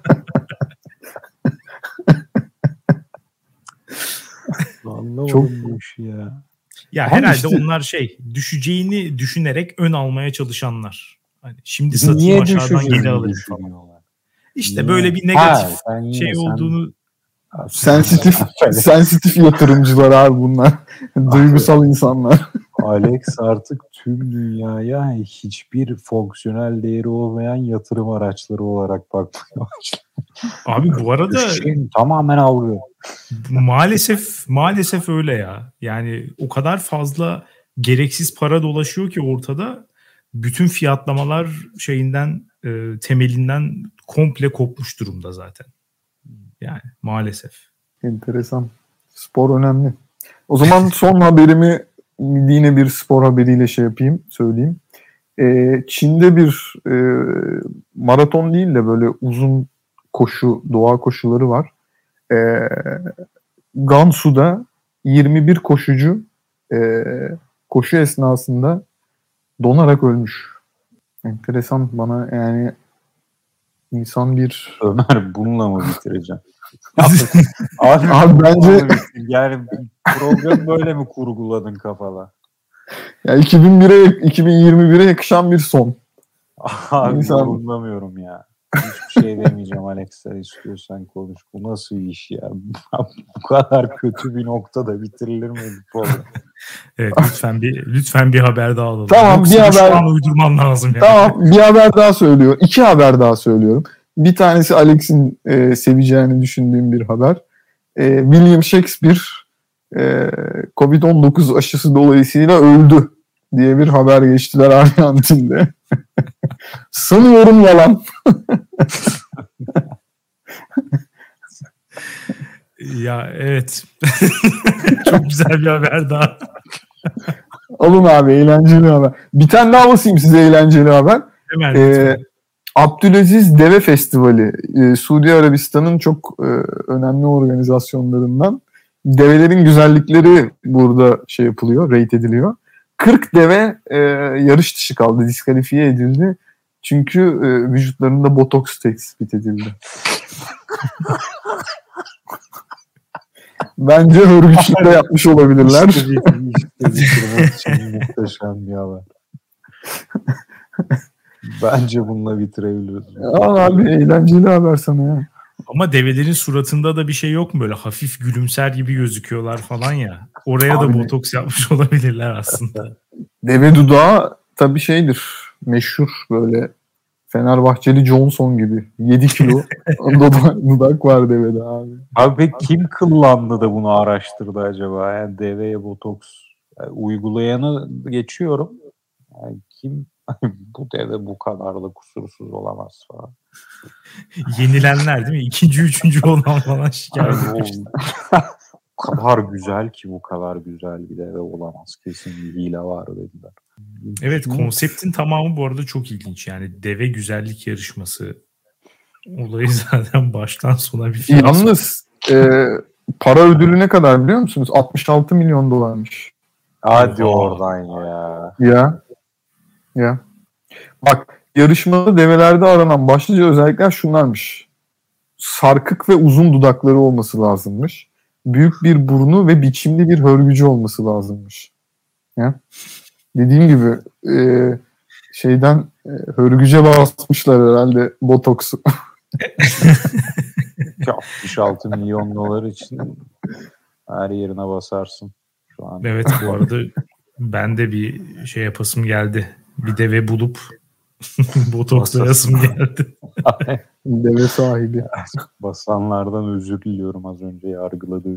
Anlamadım Çok bu işi ya. Ya Abi herhalde işte- onlar şey düşeceğini düşünerek ön almaya çalışanlar. Hani şimdi satayım Niye aşağıdan geri düşeceğini alırım falan. düşünüyorlar? İşte Niye? böyle bir negatif Ha, sen yine şey sen- olduğunu sensitif sensitif yatırımcılar abi bunlar. Duygusal insanlar. Alex artık tüm dünyaya hiçbir fonksiyonel değeri olmayan yatırım araçları olarak bakmaya başladı. abi bu arada Düşün, tamamen algı. maalesef maalesef öyle ya. Yani o kadar fazla gereksiz para dolaşıyor ki ortada bütün fiyatlamalar şeyinden e, temelinden komple kopmuş durumda zaten. Yani maalesef. Enteresan. Spor önemli. O zaman son haberimi yine bir spor haberiyle şey yapayım, söyleyeyim. Ee, Çin'de bir e, maraton değil de böyle uzun koşu, doğa koşuları var. Ee, Gansu'da yirmi bir koşucu e, koşu esnasında donarak ölmüş. Enteresan bana yani insan bir... Ömer bununla mı bitireceğim? Abi, Abi bence yani program böyle mi kurguladın kafada? ya iki bin bire iki bin yirmi bire yakışan bir son. Abi İnsan- yorumlamıyorum ya. Hiçbir şey demeyeceğim Alex'e, istiyorsan konuş. Bu nasıl iş ya? Bu kadar kötü bir noktada bitirilir mi bu program? Evet lütfen bir lütfen bir haber daha alalım. Tamam, Yoksa bir bu haber- şu an uydurman lazım yani. Tamam, bir haber daha söylüyorum. İki haber daha söylüyorum. Bir tanesi Alex'in e, seveceğini düşündüğüm bir haber. E, William Shakespeare e, covid on dokuz aşısı dolayısıyla öldü diye bir haber geçtiler Arjantin'de. Sanıyorum yalan. Ya evet. Çok güzel bir haber daha. Alın abi, eğlenceli haber. Bir tane daha basayım size eğlenceli haber. Hemen Ee, lütfen. Abdülaziz Deve Festivali, e, Suudi Arabistan'ın çok e, önemli organizasyonlarından. Develerin güzellikleri burada şey yapılıyor, rate ediliyor. kırk deve e, yarış dışı kaldı, diskalifiye edildi. Çünkü e, vücutlarında botoks tespit edildi. Bence örgüçlükle yapmış olabilirler. İşte bir, işte bitirmek için muhteşem bir haber. Bence bununla bitirebiliriz. Aa, abi eğlenceli haber sana ya. Ama develerin suratında da bir şey yok mu? Böyle hafif gülümser gibi gözüküyorlar falan ya. Oraya Abi, da botoks yapmış olabilirler aslında. Deve dudağı tabii şeydir. Meşhur böyle Fenerbahçeli Johnson gibi. yedi kilo dudak, dudak var devede abi. Abi peki kim kıllandı da bunu araştırdı acaba? Yani deveye botoks yani uygulayanı geçiyorum. Yani kim bu deve bu kadar da kusursuz olamaz falan. Yenilenler değil mi? İkinci, üçüncü olan falan şikayet Yani etmiş. o kadar güzel ki bu kadar güzel bir deve olamaz. Kesin bir hile var dediler. Evet, konseptin tamamı bu arada çok ilginç. Yani deve güzellik yarışması olayı zaten baştan sona bir film. Yalnız e, para ödülü ne kadar biliyor musunuz? altmış altı milyon dolarmış. Hadi Oha. oradan ya. Ya. Ya. Bak yarışmada develerde aranan başlıca özellikler şunlarmış. Sarkık ve uzun dudakları olması lazımmış. Büyük bir burnu ve biçimli bir hörgücü olması lazımmış. Ya. Dediğim gibi e, şeyden e, hörgüce basmışlar herhalde botoksu. altmış altı milyon dolar için her yerine basarsın şu an. Evet, bu arada ben de bir şey yapasım geldi. Bir deve bulup botokslayasım geldi. Deve sahibi. Basanlardan özür diliyorum az önce yargıladığım.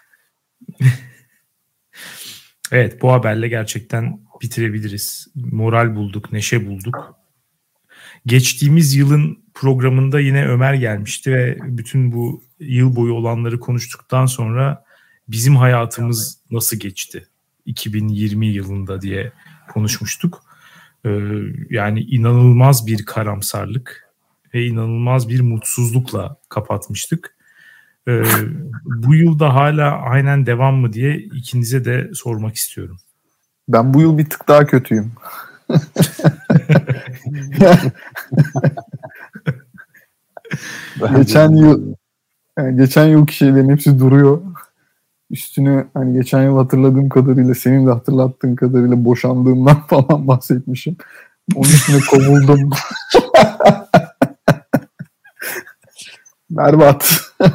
Evet, bu haberle gerçekten bitirebiliriz. Moral bulduk, neşe bulduk. Geçtiğimiz yılın programında yine Ömer gelmişti ve bütün bu yıl boyu olanları konuştuktan sonra bizim hayatımız nasıl geçti iki bin yirmi yılında diye konuşmuştuk. Ee, yani inanılmaz bir karamsarlık ve inanılmaz bir mutsuzlukla kapatmıştık. Ee, bu yılda hala aynen devam mı diye ikinize de sormak istiyorum. Ben bu yıl bir tık daha kötüyüm. geçen yıl yani geçen yılki şeylerin hepsi duruyor. Üstüne hani geçen yıl hatırladığım kadarıyla senin de hatırlattığın kadarıyla boşandığımdan falan bahsetmişim. Onun üstüne kovuldum. Berbat.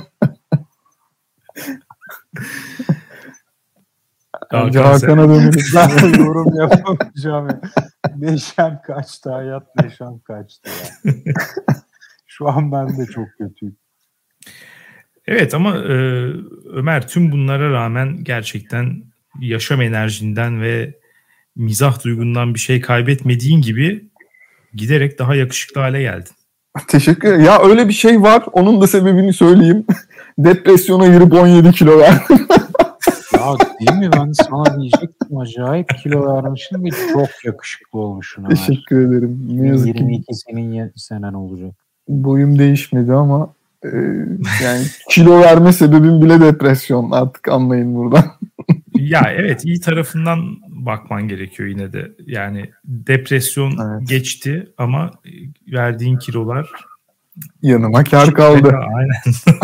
Önce Hakan'a dönelim. Ben yorum yapamayacağım ya. Neşem kaçtı, hayat neşem kaçtı ya. Şu an ben de çok kötüyüm. Evet ama e, Ömer tüm bunlara rağmen gerçekten yaşam enerjinden ve mizah duygundan bir şey kaybetmediğin gibi giderek daha yakışıklı hale geldin. Teşekkür ederim. Ya öyle bir şey var. Onun da sebebini söyleyeyim. Depresyona girip on yedi kilo verdim. Ya değil mi? Ben sana diyecektim. Acayip kilo vermişsin ve çok yakışıklı olmuşsun. Ömer. Teşekkür ederim. Ne yazık ki yirmi iki senin senen olacak. boyum değişmedi ama e, yani kilo verme sebebim bile depresyon. Artık anlayın buradan. Ya evet, iyi tarafından bakman gerekiyor yine de. Yani depresyon Evet. geçti ama verdiğin kilolar Yanıma kar kaldı. Aynen.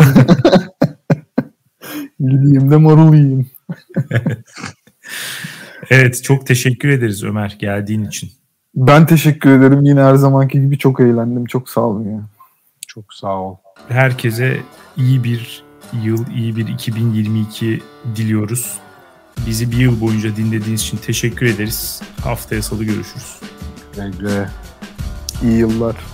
Gideyim de marul yiyeyim. Evet, çok teşekkür ederiz Ömer geldiğin için. Ben teşekkür ederim. Yine her zamanki gibi çok eğlendim. Çok sağ olun ya. Çok sağ ol. Herkese iyi bir yıl, iyi bir iki bin yirmi iki diliyoruz. Bizi bir yıl boyunca dinlediğiniz için teşekkür ederiz. Haftaya salı görüşürüz. Güle güle. İyi yıllar.